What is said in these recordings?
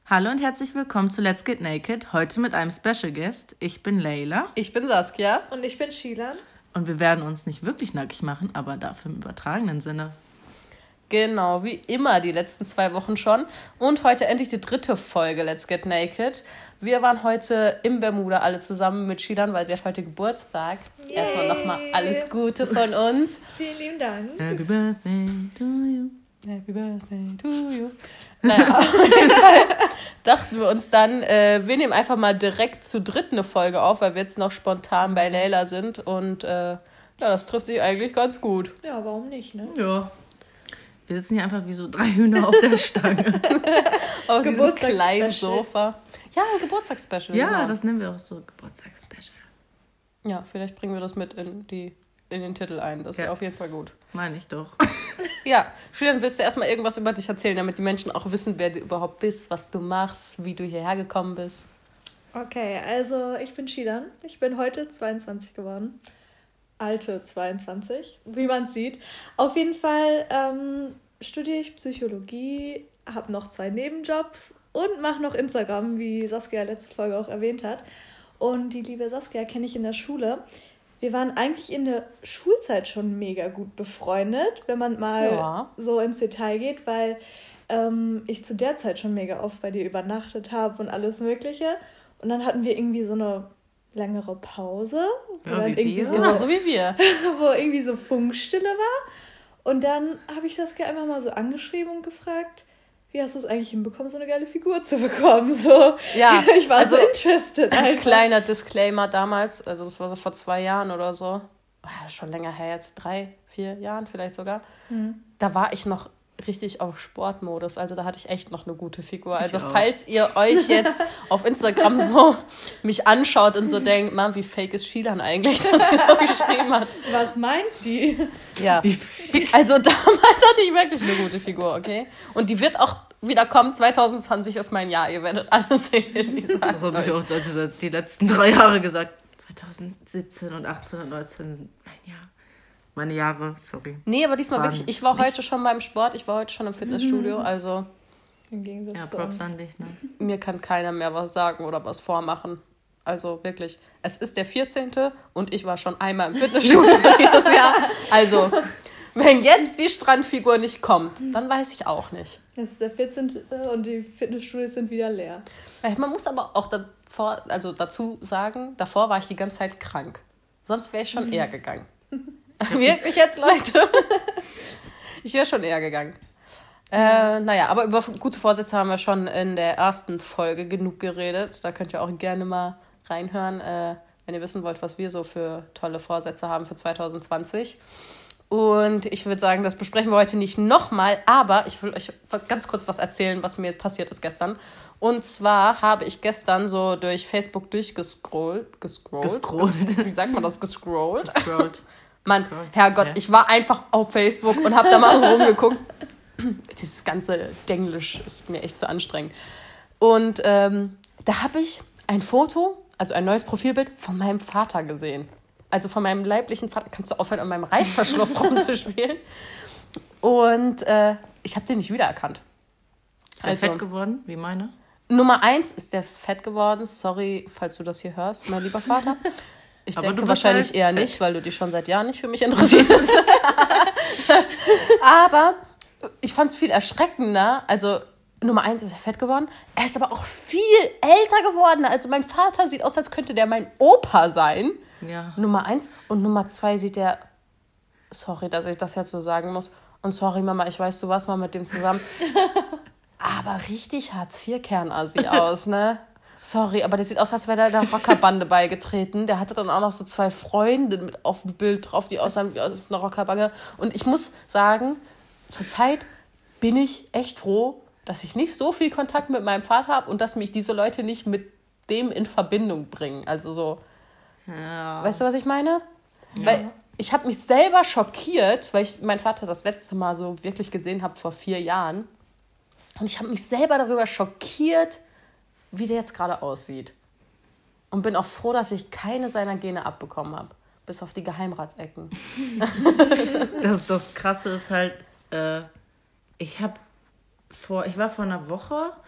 Hallo und herzlich willkommen zu Let's Get Naked, heute mit einem Special Guest. Ich bin Leila. Ich bin Saskia. Und ich bin Shilan. Und wir werden uns nicht wirklich nackig machen, aber dafür im übertragenen Sinne. Genau, wie immer die letzten 2 Wochen schon. Und heute endlich die 3. Folge Let's Get Naked. Wir waren heute im Bermuda alle zusammen mit Shilan, weil sie hat heute Geburtstag. Yay. Erstmal nochmal alles Gute von uns. Vielen lieben Dank. Happy Birthday to you. Happy Birthday to you. Naja, auf jeden Fall dachten wir uns dann, wir nehmen einfach mal direkt zu dritt eine Folge auf, weil wir jetzt noch spontan bei Leila sind. Und ja, das trifft sich eigentlich ganz gut. Ja, warum nicht, ne? Ja. Wir sitzen hier einfach wie so 3 Hühner auf der Stange. Auf diesem kleinen Sofa. Ja, ein Geburtstagsspecial. Ja, genau. Das nennen wir auch so Geburtstagsspecial. Ja, vielleicht bringen wir das mit in den Titel ein. Das wäre auf jeden Fall gut. Meine ich doch. Ja, Julian, willst du erstmal irgendwas über dich erzählen, damit die Menschen auch wissen, wer du überhaupt bist, was du machst, wie du hierher gekommen bist? Okay, also ich bin Shilan. Ich bin heute 22 geworden. Alte 22, wie man sieht. Auf jeden Fall studiere ich Psychologie, habe noch 2 Nebenjobs und mache noch Instagram, wie Saskia letzte Folge auch erwähnt hat. Und die liebe Saskia kenne ich in der Schule. Wir waren eigentlich in der Schulzeit schon mega gut befreundet, wenn man mal so ins Detail geht, weil ich zu der Zeit schon mega oft bei dir übernachtet habe und alles Mögliche. Und dann hatten wir irgendwie so eine längere Pause, wo ja, dann irgendwie so wie wir. wo irgendwie so Funkstille war. Und dann habe ich Saskia einfach mal so angeschrieben und gefragt, wie hast du es eigentlich hinbekommen, so eine geile Figur zu bekommen? So, ja, ich war so interested. Ein kleiner Disclaimer damals, also das war so vor 2 Jahren oder so, schon länger her, jetzt 3, 4 Jahren vielleicht sogar. Da war ich noch richtig auf Sportmodus, also da hatte ich echt noch eine gute Figur. Also falls ihr euch jetzt auf Instagram so mich anschaut und so denkt, Mann, wie fake ist Shilan eigentlich, dass sie so geschrieben hat. Was meint die? Ja, also damals hatte ich wirklich eine gute Figur, okay? Und die wird auch wieder kommen, 2020 ist mein Jahr, ihr werdet alles sehen. Das habe ich auch die letzten 3 Jahre gesagt. 2017 und 18 und 19 sind mein Jahr. Meine Jahre, sorry. Nee, aber diesmal wirklich, ich war heute schon beim Sport, ich war heute schon im Fitnessstudio, also im Gegensatz zu Props uns. an dich, ne? Mir kann keiner mehr was sagen oder was vormachen. Also wirklich, es ist der 14. und ich war schon einmal im Fitnessstudio dieses Jahr. Also, wenn jetzt die Strandfigur nicht kommt, dann weiß ich auch nicht. Es ist der 14. und die Fitnessstudios sind wieder leer. Man muss aber auch dazu sagen, davor war ich die ganze Zeit krank. Sonst wäre ich schon eher gegangen. Wirklich jetzt, Leute? Ich wäre schon eher gegangen. Naja, aber über gute Vorsätze haben wir schon in der ersten Folge genug geredet. Da könnt ihr auch gerne mal reinhören, wenn ihr wissen wollt, was wir so für tolle Vorsätze haben für 2020. Und ich würde sagen, das besprechen wir heute nicht nochmal, aber ich will euch ganz kurz was erzählen, was mir passiert ist gestern. Und zwar habe ich gestern so durch Facebook durchgescrollt. Wie sagt man das? Gescrollt. Mann, Herrgott, ich war einfach auf Facebook und habe da mal rumgeguckt. Dieses ganze Denglisch ist mir echt zu anstrengend. Und da habe ich ein Foto, also ein neues Profilbild von meinem Vater gesehen. Also von meinem leiblichen Vater. Kannst du aufhören, an meinem Reißverschluss rumzuspielen? Und ich habe den nicht wiedererkannt. Ist der fett geworden, wie meine? Nummer 1 ist der fett geworden. Sorry, falls du das hier hörst, mein lieber Vater. Ich denke wahrscheinlich eher nicht, weil du dich schon seit Jahren nicht für mich interessierst. Aber ich fand es viel erschreckender. Also Nummer 1 ist er fett geworden. Er ist aber auch viel älter geworden. Also mein Vater sieht aus, als könnte der mein Opa sein. Ja. Nummer 1. Und Nummer 2 sieht der... Sorry, dass ich das jetzt so sagen muss. Und sorry, Mama, ich weiß, du warst mal mit dem zusammen. Aber richtig Hartz-IV-Kern-Assi aus, ne? Sorry, aber der sieht aus, als wäre der einer Rockerbande beigetreten. Der hatte dann auch noch so 2 Freunde mit auf dem Bild drauf, die aussahen wie aus einer Rockerbande. Und ich muss sagen, zurzeit bin ich echt froh, dass ich nicht so viel Kontakt mit meinem Vater habe und dass mich diese Leute nicht mit dem in Verbindung bringen. Also so, weißt du, was ich meine? Ja. Weil ich habe mich selber schockiert, weil ich meinen Vater das letzte Mal so wirklich gesehen habe vor 4 Jahren. Und ich habe mich selber darüber schockiert, wie der jetzt gerade aussieht. Und bin auch froh, dass ich keine seiner Gene abbekommen habe. Bis auf die Geheimratsecken. Das Krasse ist halt, ich war vor einer Woche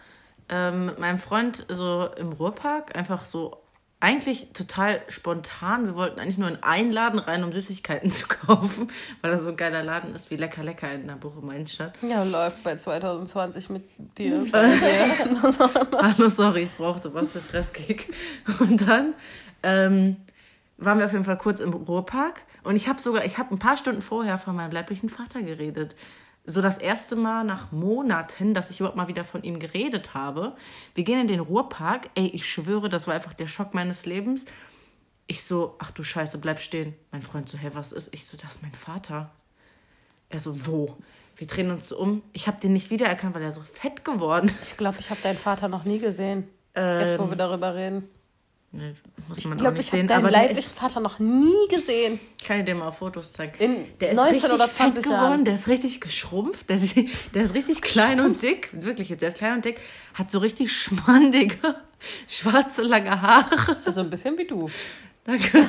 mit meinem Freund so im Ruhrpark, einfach so, eigentlich total spontan. Wir wollten eigentlich nur in einen Laden rein, um Süßigkeiten zu kaufen, weil das so ein geiler Laden ist wie Lecker Lecker in der Bochumer Innenstadt. Ja, läuft bei 2020 mit dir. Hallo, sorry, ich brauchte was für Fresskick. Und dann waren wir auf jeden Fall kurz im Ruhrpark und ich habe ein paar Stunden vorher von meinem leiblichen Vater geredet. So das erste Mal nach Monaten, dass ich überhaupt mal wieder von ihm geredet habe. Wir gehen in den Ruhrpark. Ey, ich schwöre, das war einfach der Schock meines Lebens. Ich so, ach du Scheiße, bleib stehen. Mein Freund so, hey, was ist? Ich so, das ist mein Vater. Er so, wo? Wir drehen uns so um. Ich habe den nicht wiedererkannt, weil er so fett geworden ist. Ich glaube, ich habe deinen Vater noch nie gesehen. Jetzt, wo wir darüber reden. Nee, ich glaube, ich habe deinen leiblichen Vater noch nie gesehen. Ich kann dir mal Fotos zeigen. Der ist 19 oder 20 Jahren. Der ist richtig geschrumpft. Der ist richtig klein und dick. Wirklich, der ist klein und dick. Hat so richtig schmandige, schwarze, lange Haare. Also ein bisschen wie du. Danke.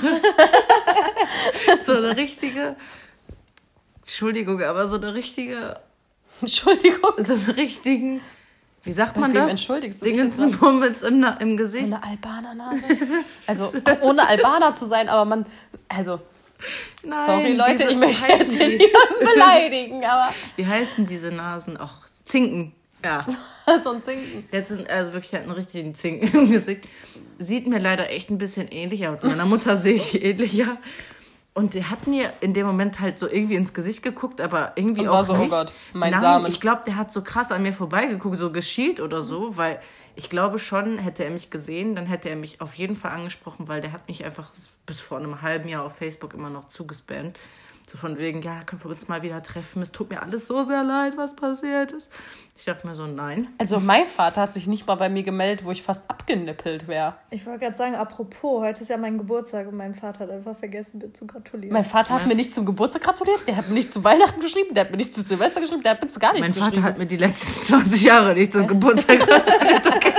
So eine richtige... Entschuldigung, aber so eine richtige... Entschuldigung? So einen richtigen... Wie sagt man das? Entschuldigst du Dingens im Gesicht. So eine Albaner-Nase? Also, ohne Albaner zu sein, aber man... Also, nein, sorry Leute, ich möchte jetzt hier niemanden beleidigen, aber... Wie heißen diese Nasen? Auch Zinken. Ja. So ein Zinken. Also wirklich, hat einen richtigen Zinken im Gesicht. Sieht mir leider echt ein bisschen ähnlich aus. Meiner Mutter sehe ich ähnlicher. Und der hat mir in dem Moment halt so irgendwie ins Gesicht geguckt, aber irgendwie auch so, nicht. Oh Gott, mein Nein, Samen. ich glaube, der hat so krass an mir vorbeigeguckt, so geschielt oder so, weil ich glaube schon, hätte er mich gesehen, dann hätte er mich auf jeden Fall angesprochen, weil der hat mich einfach bis vor einem halben Jahr auf Facebook immer noch zugespammt. So von wegen, ja, können wir uns mal wieder treffen. Es tut mir alles so sehr leid, was passiert ist. Ich dachte mir so, nein. Also mein Vater hat sich nicht mal bei mir gemeldet, wo ich fast abgenippelt wäre. Ich wollte gerade sagen, apropos, heute ist ja mein Geburtstag und mein Vater hat einfach vergessen, mir zu gratulieren. Mein Vater hat mir nicht zum Geburtstag gratuliert, der hat mir nicht zu Weihnachten geschrieben, der hat mir nicht zu Silvester geschrieben, der hat mir zu gar nichts geschrieben. Mein Vater hat mir die letzten 20 Jahre nicht zum Geburtstag gratuliert. Okay.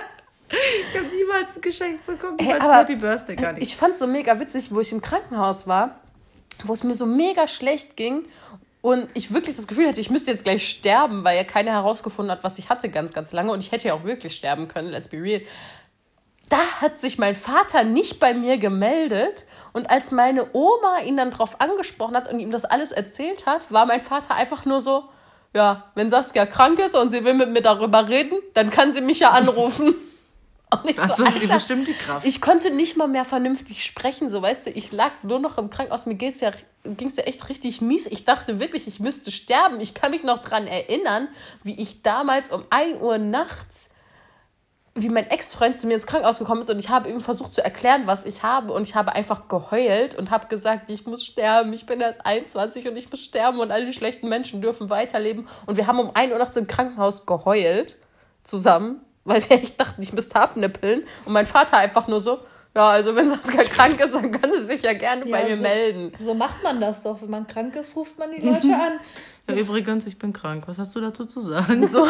Ich habe niemals ein Geschenk bekommen, niemals Happy Birthday, gar nicht. Ich fand es so mega witzig, wo ich im Krankenhaus war, wo es mir so mega schlecht ging und ich wirklich das Gefühl hatte, ich müsste jetzt gleich sterben, weil ja keiner herausgefunden hat, was ich hatte ganz, ganz lange und ich hätte ja auch wirklich sterben können, let's be real. Da hat sich mein Vater nicht bei mir gemeldet und als meine Oma ihn dann drauf angesprochen hat und ihm das alles erzählt hat, war mein Vater einfach nur so, ja, wenn Saskia krank ist und sie will mit mir darüber reden, dann kann sie mich ja anrufen. Und ich also so, Alter, sie bestimmt die Kraft. Ich konnte nicht mal mehr vernünftig sprechen, so weißt du, ich lag nur noch im Krankenhaus, mir ging's ja echt richtig mies. Ich dachte wirklich, ich müsste sterben. Ich kann mich noch dran erinnern, wie ich damals um 1 Uhr nachts, wie mein Ex-Freund zu mir ins Krankenhaus gekommen ist und ich habe ihm versucht zu erklären, was ich habe und ich habe einfach geheult und habe gesagt, ich muss sterben, ich bin erst 21 und ich muss sterben und all die schlechten Menschen dürfen weiterleben und wir haben um 1 Uhr nachts im Krankenhaus geheult zusammen, weil wir echt dachten, ich müsste abnippeln. Und mein Vater einfach nur so, ja, also wenn Saskia krank ist, dann kann sie sich ja gerne bei mir melden. So macht man das doch. Wenn man krank ist, ruft man die Leute an. Ja, übrigens, ich bin krank. Was hast du dazu zu sagen? So,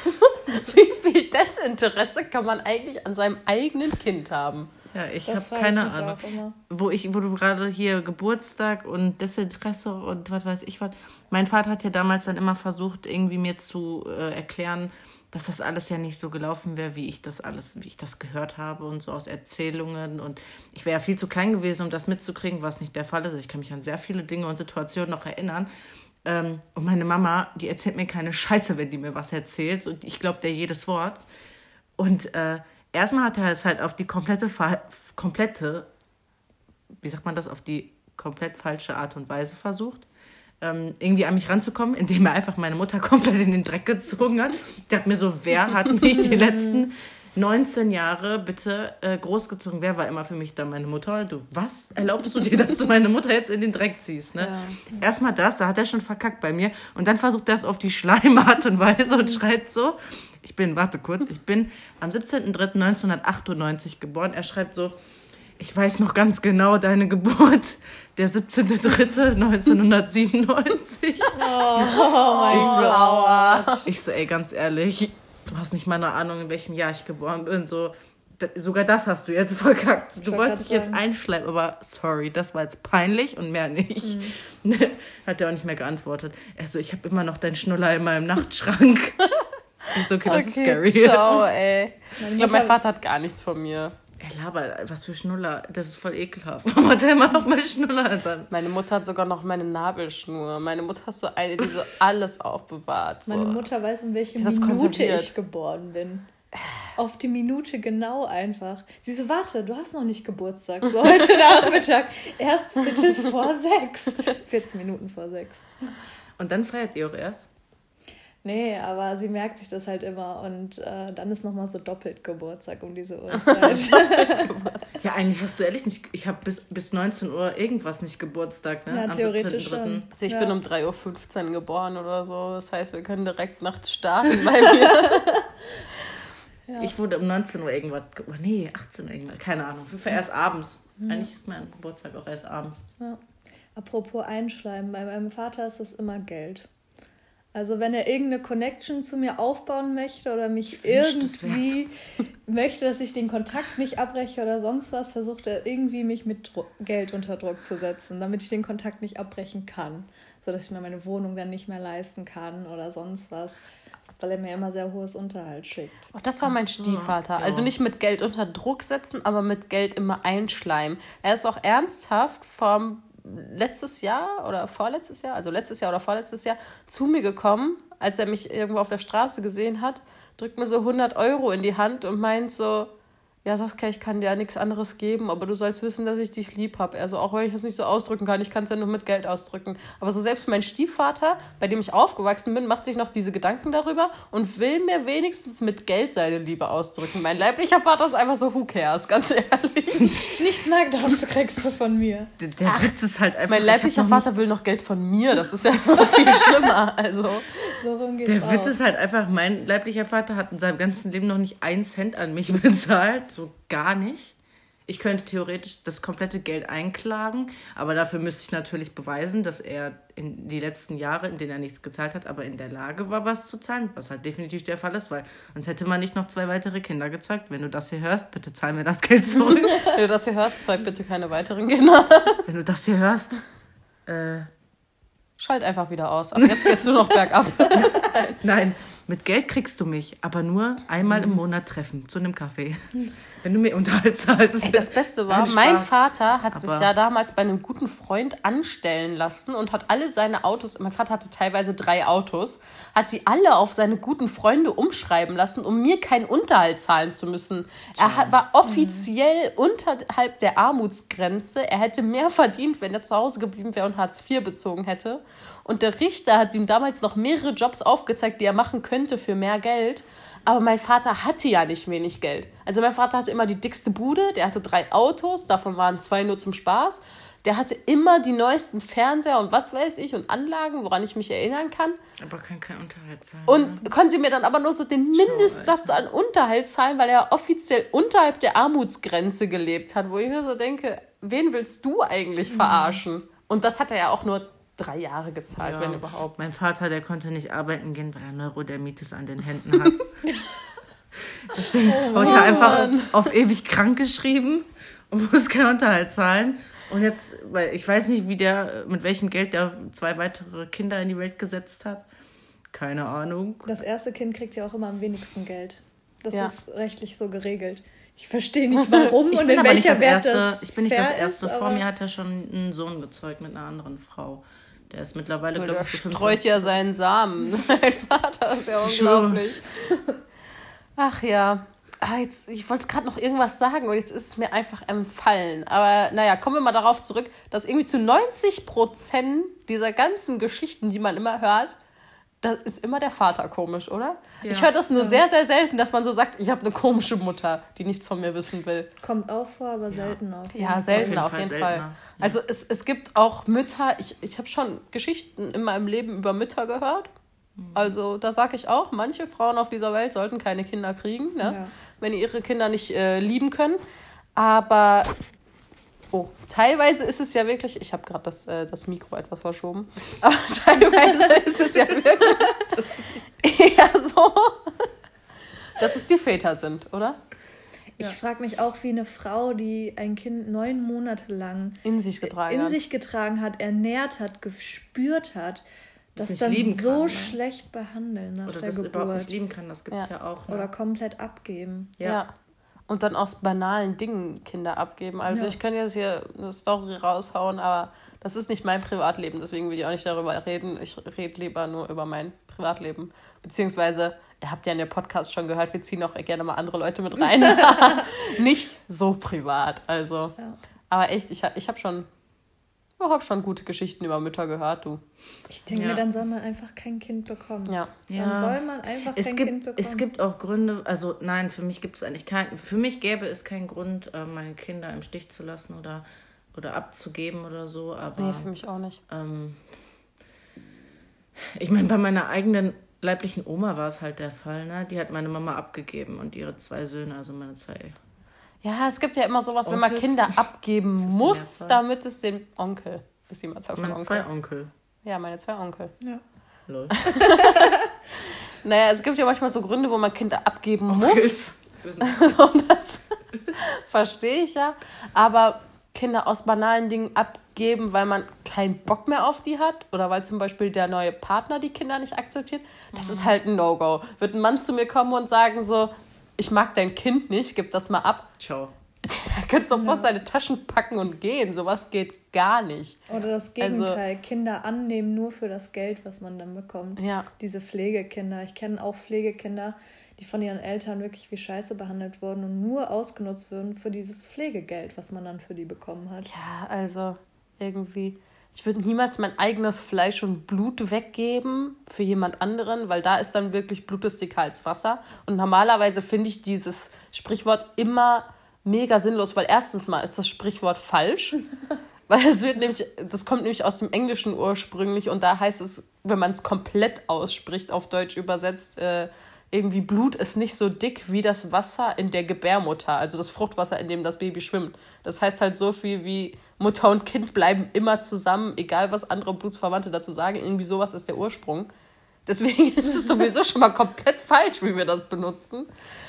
wie viel Desinteresse kann man eigentlich an seinem eigenen Kind haben? Ja, ich habe keine Ahnung. Wo du gerade hier Geburtstag und Desinteresse und was weiß ich was. Mein Vater hat ja damals dann immer versucht, irgendwie mir zu erklären, dass das alles ja nicht so gelaufen wäre, wie ich das gehört habe und so aus Erzählungen. Und ich wäre ja viel zu klein gewesen, um das mitzukriegen, was nicht der Fall ist. Ich kann mich an sehr viele Dinge und Situationen noch erinnern. Und meine Mama, die erzählt mir keine Scheiße, wenn die mir was erzählt. Und ich glaube der jedes Wort. Und erstmal hat er es halt auf die komplett falsche Art und Weise versucht, irgendwie an mich ranzukommen, indem er einfach meine Mutter komplett in den Dreck gezogen hat. Der hat mir so, wer hat mich die letzten 19 Jahre bitte großgezogen? Wer war immer für mich dann meine Mutter? Du, was erlaubst du dir, dass du meine Mutter jetzt in den Dreck ziehst? Ne? Ja. Erstmal da hat er schon verkackt bei mir. Und dann versucht er es auf die schleime Art und Weise und schreibt so, ich bin am 17.03.1998 geboren. Er schreibt so, ich weiß noch ganz genau deine Geburt, der 17.03.1997. Ich so, ey, ganz ehrlich, du hast nicht mal eine Ahnung, in welchem Jahr ich geboren bin. So, sogar das hast du jetzt verkackt. Du wolltest dich jetzt einschleimen, aber sorry, das war jetzt peinlich und mehr nicht. Hat er auch nicht mehr geantwortet. Er so, ich habe immer noch deinen Schnuller in meinem Nachtschrank. Ich so, okay, das ist scary. Ciao, ey. Ich glaube, mein Vater hat gar nichts von mir. Ey, Laber, was für Schnuller. Das ist voll ekelhaft. Warum hat er immer noch mal Schnuller an? Meine Mutter hat sogar noch meine Nabelschnur. Meine Mutter ist so eine, die so alles aufbewahrt. So. Meine Mutter weiß, um welche Das Minute konserviert. ich geboren bin. Auf die Minute genau einfach. Sie so, warte, du hast noch nicht Geburtstag. So heute Nachmittag. Erst 5:45. 14 Minuten vor 6. Und dann feiert ihr auch erst? Nee, aber sie merkt sich das halt immer. Und dann ist nochmal so doppelt Geburtstag um diese Uhrzeit. Ja, eigentlich hast du ehrlich nicht... Ich habe bis 19 Uhr irgendwas nicht Geburtstag, ne? Ja, Am theoretisch 17.3.. schon. Also ich Ja. bin um 3:15 Uhr geboren oder so. Das heißt, wir können direkt nachts starten bei mir. Ja. Ich wurde um 19 Uhr irgendwas... Nee, 18 Uhr irgendwas. Keine Ahnung. Auf jeden Fall erst abends. Eigentlich ist mein Geburtstag auch erst abends. Ja. Apropos Einschleimen, bei meinem Vater ist das immer Geld. Also wenn er irgendeine Connection zu mir aufbauen möchte oder mich irgendwie möchte, dass ich den Kontakt nicht abbreche oder sonst was, versucht er irgendwie mich mit Geld unter Druck zu setzen, damit ich den Kontakt nicht abbrechen kann, sodass ich mir meine Wohnung dann nicht mehr leisten kann oder sonst was, weil er mir immer sehr hohes Unterhalt schickt. Oh, das war mein Stiefvater. Ja. Also nicht mit Geld unter Druck setzen, aber mit Geld immer einschleimen. Er ist auch ernsthaft letztes Jahr oder vorletztes Jahr zu mir gekommen, als er mich irgendwo auf der Straße gesehen hat, drückt mir so 100 Euro in die Hand und meint so, ja Saskia, ich kann dir ja nichts anderes geben, aber du sollst wissen, dass ich dich lieb habe. Also auch wenn ich das nicht so ausdrücken kann, ich kann es ja nur mit Geld ausdrücken. Aber so selbst mein Stiefvater, bei dem ich aufgewachsen bin, macht sich noch diese Gedanken darüber und will mir wenigstens mit Geld seine Liebe ausdrücken. Mein leiblicher Vater ist einfach so, who cares, ganz ehrlich. Nicht mag das kriegst du von mir. Der Witz ist halt einfach... Mein leiblicher Vater will noch Geld von mir, das ist ja noch viel schlimmer. Also So rum geht's Der Witz auch. ist halt einfach, mein leiblicher Vater hat in seinem ganzen Leben noch nicht 1 Cent an mich bezahlt. So gar nicht. Ich könnte theoretisch das komplette Geld einklagen, aber dafür müsste ich natürlich beweisen, dass er in die letzten Jahre, in denen er nichts gezahlt hat, aber in der Lage war, was zu zahlen, was halt definitiv der Fall ist, weil sonst hätte man nicht noch 2 weitere Kinder gezeugt. Wenn du das hier hörst, bitte zahl mir das Geld zurück. wenn du das hier hörst, zeug bitte keine weiteren Kinder. Wenn du das hier hörst, Schalt einfach wieder aus. Ab jetzt geht's nur noch bergab. nein, mit Geld kriegst du mich, aber nur einmal im Monat treffen, zu einem Kaffee. Wenn du mir Unterhalt zahlst. Ey, das Beste war, Nein, mein Spaß. Vater hat sich Aber- ja damals bei einem guten Freund anstellen lassen und hat alle seine Autos, mein Vater hatte teilweise 3 Autos, hat die alle auf seine guten Freunde umschreiben lassen, um mir keinen Unterhalt zahlen zu müssen. Er war offiziell unterhalb der Armutsgrenze. Er hätte mehr verdient, wenn er zu Hause geblieben wäre und Hartz IV bezogen hätte. Und der Richter hat ihm damals noch mehrere Jobs aufgezeigt, die er machen könnte für mehr Geld. Aber mein Vater hatte ja nicht wenig Geld. Also mein Vater hatte immer die dickste Bude, der hatte 3 Autos, davon waren 2 nur zum Spaß. Der hatte immer die neuesten Fernseher und was weiß ich und Anlagen, woran ich mich erinnern kann. Aber kann kein Unterhalt zahlen. Und konnte mir dann aber nur so den Mindestsatz an Unterhalt zahlen, weil er offiziell unterhalb der Armutsgrenze gelebt hat. Wo ich mir so denke, wen willst du eigentlich verarschen? Und das hat er ja auch nur 3 Jahre gezahlt, wenn überhaupt. Mein Vater, der konnte nicht arbeiten gehen, weil er Neurodermitis an den Händen hat. Deswegen wurde er einfach auf ewig krank geschrieben und muss keinen Unterhalt zahlen. Und jetzt, weil ich weiß nicht, mit welchem Geld der 2 weitere Kinder in die Welt gesetzt hat. Keine Ahnung. Das erste Kind kriegt ja auch immer am wenigsten Geld. Das Ja. ist rechtlich so geregelt. Ich verstehe nicht, warum Ich und bin in aber nicht welcher das Wert Erste. das Ich bin nicht das fair Erste. ist, Vor aber- mir hat er schon einen Sohn gezeugt mit einer anderen Frau. Der ist mittlerweile, glaube Der ich, so streut 25. ja seinen Samen. Mein Vater ist ja unglaublich. Ach ja. Ich wollte gerade noch irgendwas sagen und jetzt ist es mir einfach entfallen. Aber naja, kommen wir mal darauf zurück, dass irgendwie zu 90% dieser ganzen Geschichten, die man immer hört, da ist immer der Vater komisch, oder? Ja. Ich höre das nur sehr, sehr selten, dass man so sagt, ich habe eine komische Mutter, die nichts von mir wissen will. Kommt auch vor, aber selten auch. Ja, seltener auf jeden Fall. seltener. Ja. Also es gibt auch Mütter, ich habe schon Geschichten in meinem Leben über Mütter gehört. Also da sage ich auch, manche Frauen auf dieser Welt sollten keine Kinder kriegen, ne? Ja. Wenn die ihre Kinder nicht lieben können. Aber teilweise ist es ja wirklich, ich habe gerade das Mikro etwas verschoben, aber teilweise ist es ja wirklich eher so, dass es die Väter sind, oder? Ich frage mich auch, wie eine Frau, die ein Kind 9 Monate lang In sich getragen in hat. sich getragen hat, ernährt hat, gespürt hat, das nicht dann lieben so kann, ne? schlecht behandeln nach Oder der das Geburt. überhaupt nicht lieben kann, das gibt es Ja. ja auch. Ne? Oder komplett abgeben. Ja. Und dann aus banalen Dingen Kinder abgeben. Also ich kann jetzt hier eine Story raushauen, aber das ist nicht mein Privatleben, deswegen will ich auch nicht darüber reden. Ich rede lieber nur über mein Privatleben. Beziehungsweise, ihr habt ja in der Podcast schon gehört, wir ziehen auch gerne mal andere Leute mit rein. Nicht so privat, also. Ja. Aber echt, ich hab schon gute Geschichten über Mütter gehört, du. Ich denke mir, dann soll man einfach kein Kind bekommen. Ja. Dann soll man einfach kein Kind bekommen. Es gibt auch Gründe, also nein, für mich gibt es eigentlich keinen, für mich gäbe es keinen Grund, meine Kinder im Stich zu lassen oder abzugeben oder so, aber... Nee, für mich auch nicht. Ich meine, bei meiner eigenen leiblichen Oma war es halt der Fall, ne? Die hat meine Mama abgegeben und ihre 2 Söhne, also meine 2... Ja, es gibt ja immer sowas, wenn man Onkels? Kinder abgeben Ist das die muss, Mehrzahl? damit es den Onkel... Ist die Mehrzahl von Meine Onkel? 2 Onkel. Ja, meine 2 Onkel. Ja. Lol. Naja, es gibt ja manchmal so Gründe, wo man Kinder abgeben muss. Onkels. Und das verstehe ich ja. Aber Kinder aus banalen Dingen abgeben, weil man keinen Bock mehr auf die hat oder weil zum Beispiel der neue Partner die Kinder nicht akzeptiert, das ist halt ein No-Go. Wird ein Mann zu mir kommen und sagen so, ich mag dein Kind nicht, gib das mal ab. Ciao. Der könnte sofort seine Taschen packen und gehen. Sowas geht gar nicht. Oder das Gegenteil, Kinder annehmen nur für das Geld, was man dann bekommt. Ja. Diese Pflegekinder. Ich kenne auch Pflegekinder, die von ihren Eltern wirklich wie Scheiße behandelt wurden und nur ausgenutzt wurden für dieses Pflegegeld, was man dann für die bekommen hat. Ja, also irgendwie, ich würde niemals mein eigenes Fleisch und Blut weggeben für jemand anderen, weil da ist dann wirklich Blut ist dicker als Wasser. Und normalerweise finde ich dieses Sprichwort immer mega sinnlos, weil erstens mal ist das Sprichwort falsch, weil das kommt nämlich aus dem Englischen ursprünglich und da heißt es, wenn man es komplett ausspricht, auf Deutsch übersetzt, irgendwie Blut ist nicht so dick wie das Wasser in der Gebärmutter, also das Fruchtwasser, in dem das Baby schwimmt. Das heißt halt so viel wie Mutter und Kind bleiben immer zusammen, egal was andere Blutsverwandte dazu sagen, irgendwie sowas ist der Ursprung. Deswegen ist es sowieso schon mal komplett falsch, wie wir das benutzen.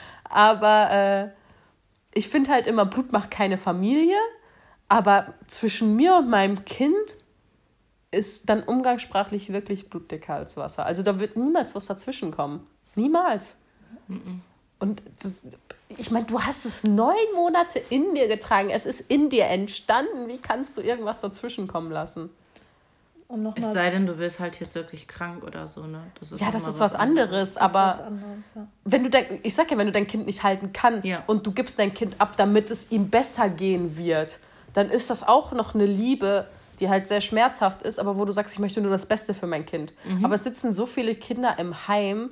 Aber ich finde halt immer, Blut macht keine Familie, aber zwischen mir und meinem Kind ist dann umgangssprachlich wirklich Blut dicker als Wasser. Also da wird niemals was dazwischen kommen. Niemals. Und ich meine, du hast es 9 Monate in dir getragen. Es ist in dir entstanden. Wie kannst du irgendwas dazwischen kommen lassen? Es sei denn, du wirst halt jetzt wirklich krank oder so, ne? Das ist was anderes. Aber ja. wenn du wenn du dein Kind nicht halten kannst und du gibst dein Kind ab, damit es ihm besser gehen wird, dann ist das auch noch eine Liebe, die halt sehr schmerzhaft ist, aber wo du sagst, ich möchte nur das Beste für mein Kind. Aber es sitzen so viele Kinder im Heim,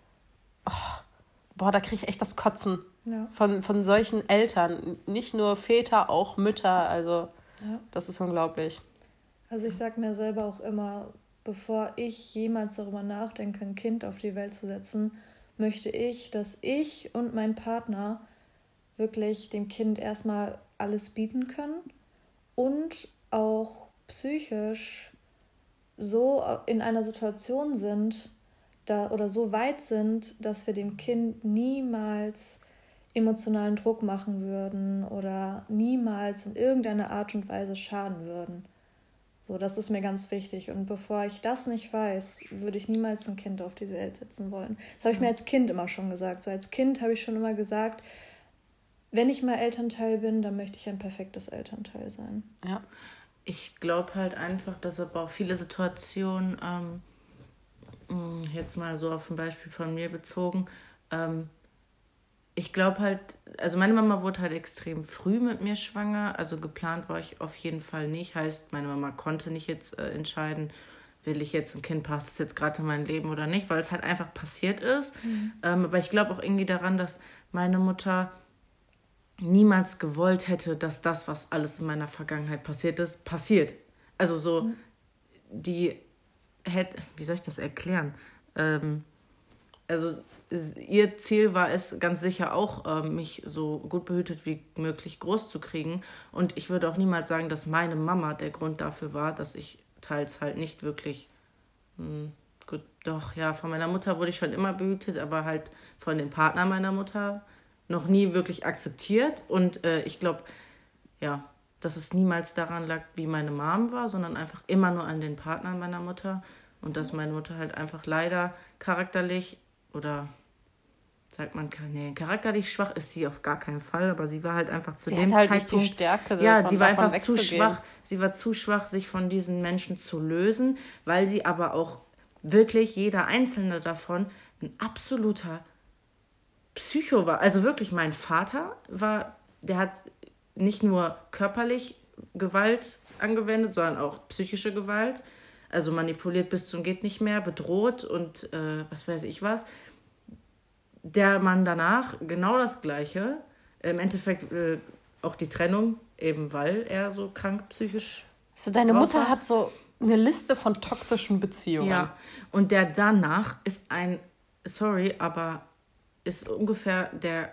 da kriege ich echt das Kotzen von solchen Eltern. Nicht nur Väter, auch Mütter, also das ist unglaublich. Also ich sage mir selber auch immer, bevor ich jemals darüber nachdenke, ein Kind auf die Welt zu setzen, möchte ich, dass ich und mein Partner wirklich dem Kind erstmal alles bieten können und auch psychisch so in einer Situation sind oder so weit sind, dass wir dem Kind niemals emotionalen Druck machen würden oder niemals in irgendeiner Art und Weise schaden würden. So, das ist mir ganz wichtig. Und bevor ich das nicht weiß, würde ich niemals ein Kind auf diese Welt setzen wollen. Das habe ich mir als Kind immer schon gesagt. So als Kind habe ich schon immer gesagt, wenn ich mal Elternteil bin, dann möchte ich ein perfektes Elternteil sein. Ja. Ich glaube halt einfach, dass aber auch viele Situationen, jetzt mal so auf ein Beispiel von mir bezogen, ich glaube halt, also meine Mama wurde halt extrem früh mit mir schwanger, also geplant war ich auf jeden Fall nicht. Heißt, meine Mama konnte nicht jetzt entscheiden, will ich jetzt ein Kind, passt es jetzt gerade in mein Leben oder nicht, weil es halt einfach passiert ist. Aber ich glaube auch irgendwie daran, dass meine Mutter niemals gewollt hätte, dass das, was alles in meiner Vergangenheit passiert ist, passiert. Also so, die hätte, wie soll ich das erklären? Also ihr Ziel war es ganz sicher auch, mich so gut behütet wie möglich groß zu kriegen. Und ich würde auch niemals sagen, dass meine Mama der Grund dafür war, dass ich teils halt nicht wirklich, gut, doch, ja, von meiner Mutter wurde ich schon immer behütet, aber halt von dem Partner meiner Mutter noch nie wirklich akzeptiert. Und ich glaube, ja, dass es niemals daran lag, wie meine Mom war, sondern einfach immer nur an den Partnern meiner Mutter. Und dass meine Mutter halt einfach leider charakterlich oder sagt man, nee, charakterlich schwach ist sie auf gar keinen Fall, aber sie war halt einfach zu dem halt Zeitpunkt... nicht die Stärke, ja, sie war einfach zu schwach. Sie war zu schwach, sich von diesen Menschen zu lösen, weil sie aber auch wirklich, jeder einzelne davon, ein absoluter Psycho war. Also wirklich, mein Vater der hat nicht nur körperlich Gewalt angewendet, sondern auch psychische Gewalt. Also manipuliert bis zum geht nicht mehr, bedroht und was weiß ich was. Der Mann danach genau das Gleiche. Im Endeffekt auch die Trennung, eben weil er so krank psychisch so deine Mutter hat so eine Liste von toxischen Beziehungen. Ja, und der danach ist ist ungefähr der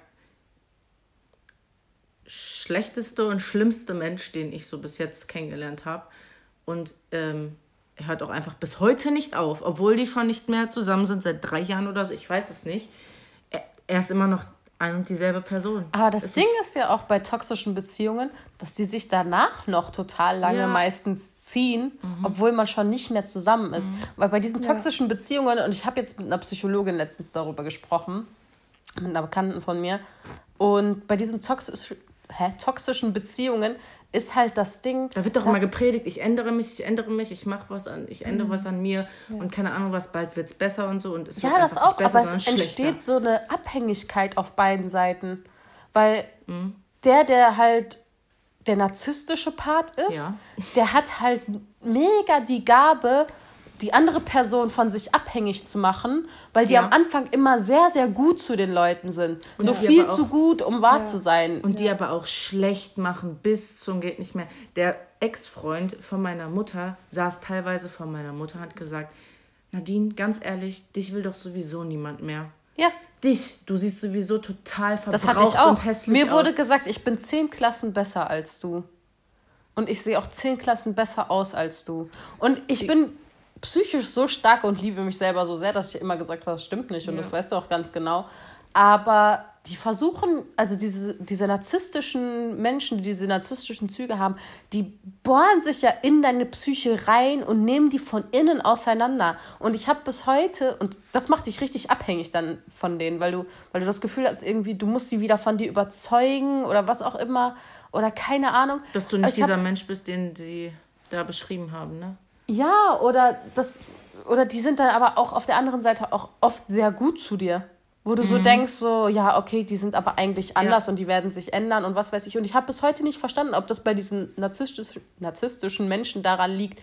schlechteste und schlimmste Mensch, den ich so bis jetzt kennengelernt habe. Und er hört auch einfach bis heute nicht auf, obwohl die schon nicht mehr zusammen sind, seit 3 Jahren oder so, ich weiß es nicht. Er ist immer noch ein und dieselbe Person. Aber das Ding ist ja auch bei toxischen Beziehungen, dass die sich danach noch total lange meistens ziehen, obwohl man schon nicht mehr zusammen ist. Weil bei diesen toxischen Beziehungen, und ich habe jetzt mit einer Psychologin letztens darüber gesprochen, mit einer Bekannten von mir, und bei diesen toxischen Beziehungen ist halt das Ding... Da wird doch immer gepredigt, ich ändere mich, ich mache was ich ändere was an mir und keine Ahnung was, bald wird's besser und so. Und es wird das auch, besser, aber es entsteht so eine Abhängigkeit auf beiden Seiten. Weil der halt der narzisstische Part ist, der hat halt mega die Gabe, die andere Person von sich abhängig zu machen, weil die am Anfang immer sehr, sehr gut zu den Leuten sind. Und so viel zu gut, um wahr zu sein. Und die aber auch schlecht machen bis zum geht nicht mehr. Der Ex-Freund von meiner Mutter saß teilweise vor meiner Mutter und hat gesagt, Nadine, ganz ehrlich, dich will doch sowieso niemand mehr. Ja. Du siehst sowieso total verbraucht das hatte ich auch. Und hässlich Mir wurde gesagt, ich bin 10 Klassen besser als du. Und ich sehe auch 10 Klassen besser aus als du. Und ich bin psychisch so stark und liebe mich selber so sehr, dass ich immer gesagt habe, das stimmt nicht und das weißt du auch ganz genau. Aber die versuchen, also diese narzisstischen Menschen, die diese narzisstischen Züge haben, die bohren sich ja in deine Psyche rein und nehmen die von innen auseinander. Und ich habe bis heute, und das macht dich richtig abhängig dann von denen, weil du das Gefühl hast, irgendwie, du musst die wieder von dir überzeugen oder was auch immer oder keine Ahnung. Dass du nicht dieser Mensch bist, den sie da beschrieben haben, ne? Ja, oder die sind dann aber auch auf der anderen Seite auch oft sehr gut zu dir. Wo du so denkst, so, ja, okay, die sind aber eigentlich anders und die werden sich ändern und was weiß ich. Und ich habe bis heute nicht verstanden, ob das bei diesen narzisstischen Menschen daran liegt,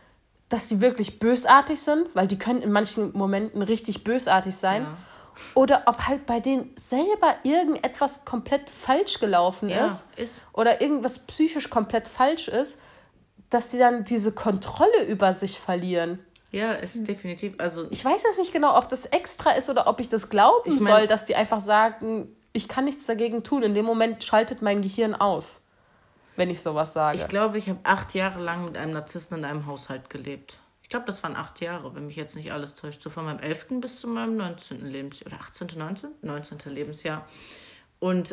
dass sie wirklich bösartig sind, weil die können in manchen Momenten richtig bösartig sein. Ja. Oder ob halt bei denen selber irgendetwas komplett falsch gelaufen ist. Oder irgendwas psychisch komplett falsch ist, dass sie dann diese Kontrolle über sich verlieren. Ja, ist definitiv. Also ich weiß jetzt nicht genau, ob das extra ist oder ob ich das glauben soll, dass die einfach sagen, ich kann nichts dagegen tun. In dem Moment schaltet mein Gehirn aus, wenn ich sowas sage. Ich glaube, ich habe 8 Jahre lang mit einem Narzissten in einem Haushalt gelebt. Ich glaube, das waren 8 Jahre, wenn mich jetzt nicht alles täuscht. So von meinem 11. bis zu meinem 19. Lebensjahr. Oder 18., 19. Lebensjahr. Und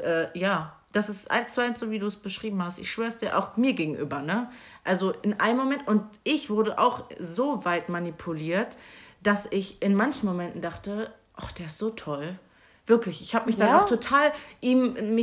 das ist 1:1 so, wie du es beschrieben hast. Ich schwör's dir, auch mir gegenüber, ne? Also in einem Moment, und ich wurde auch so weit manipuliert, dass ich in manchen Momenten dachte, ach, der ist so toll. Wirklich, ich habe mich dann auch total ihm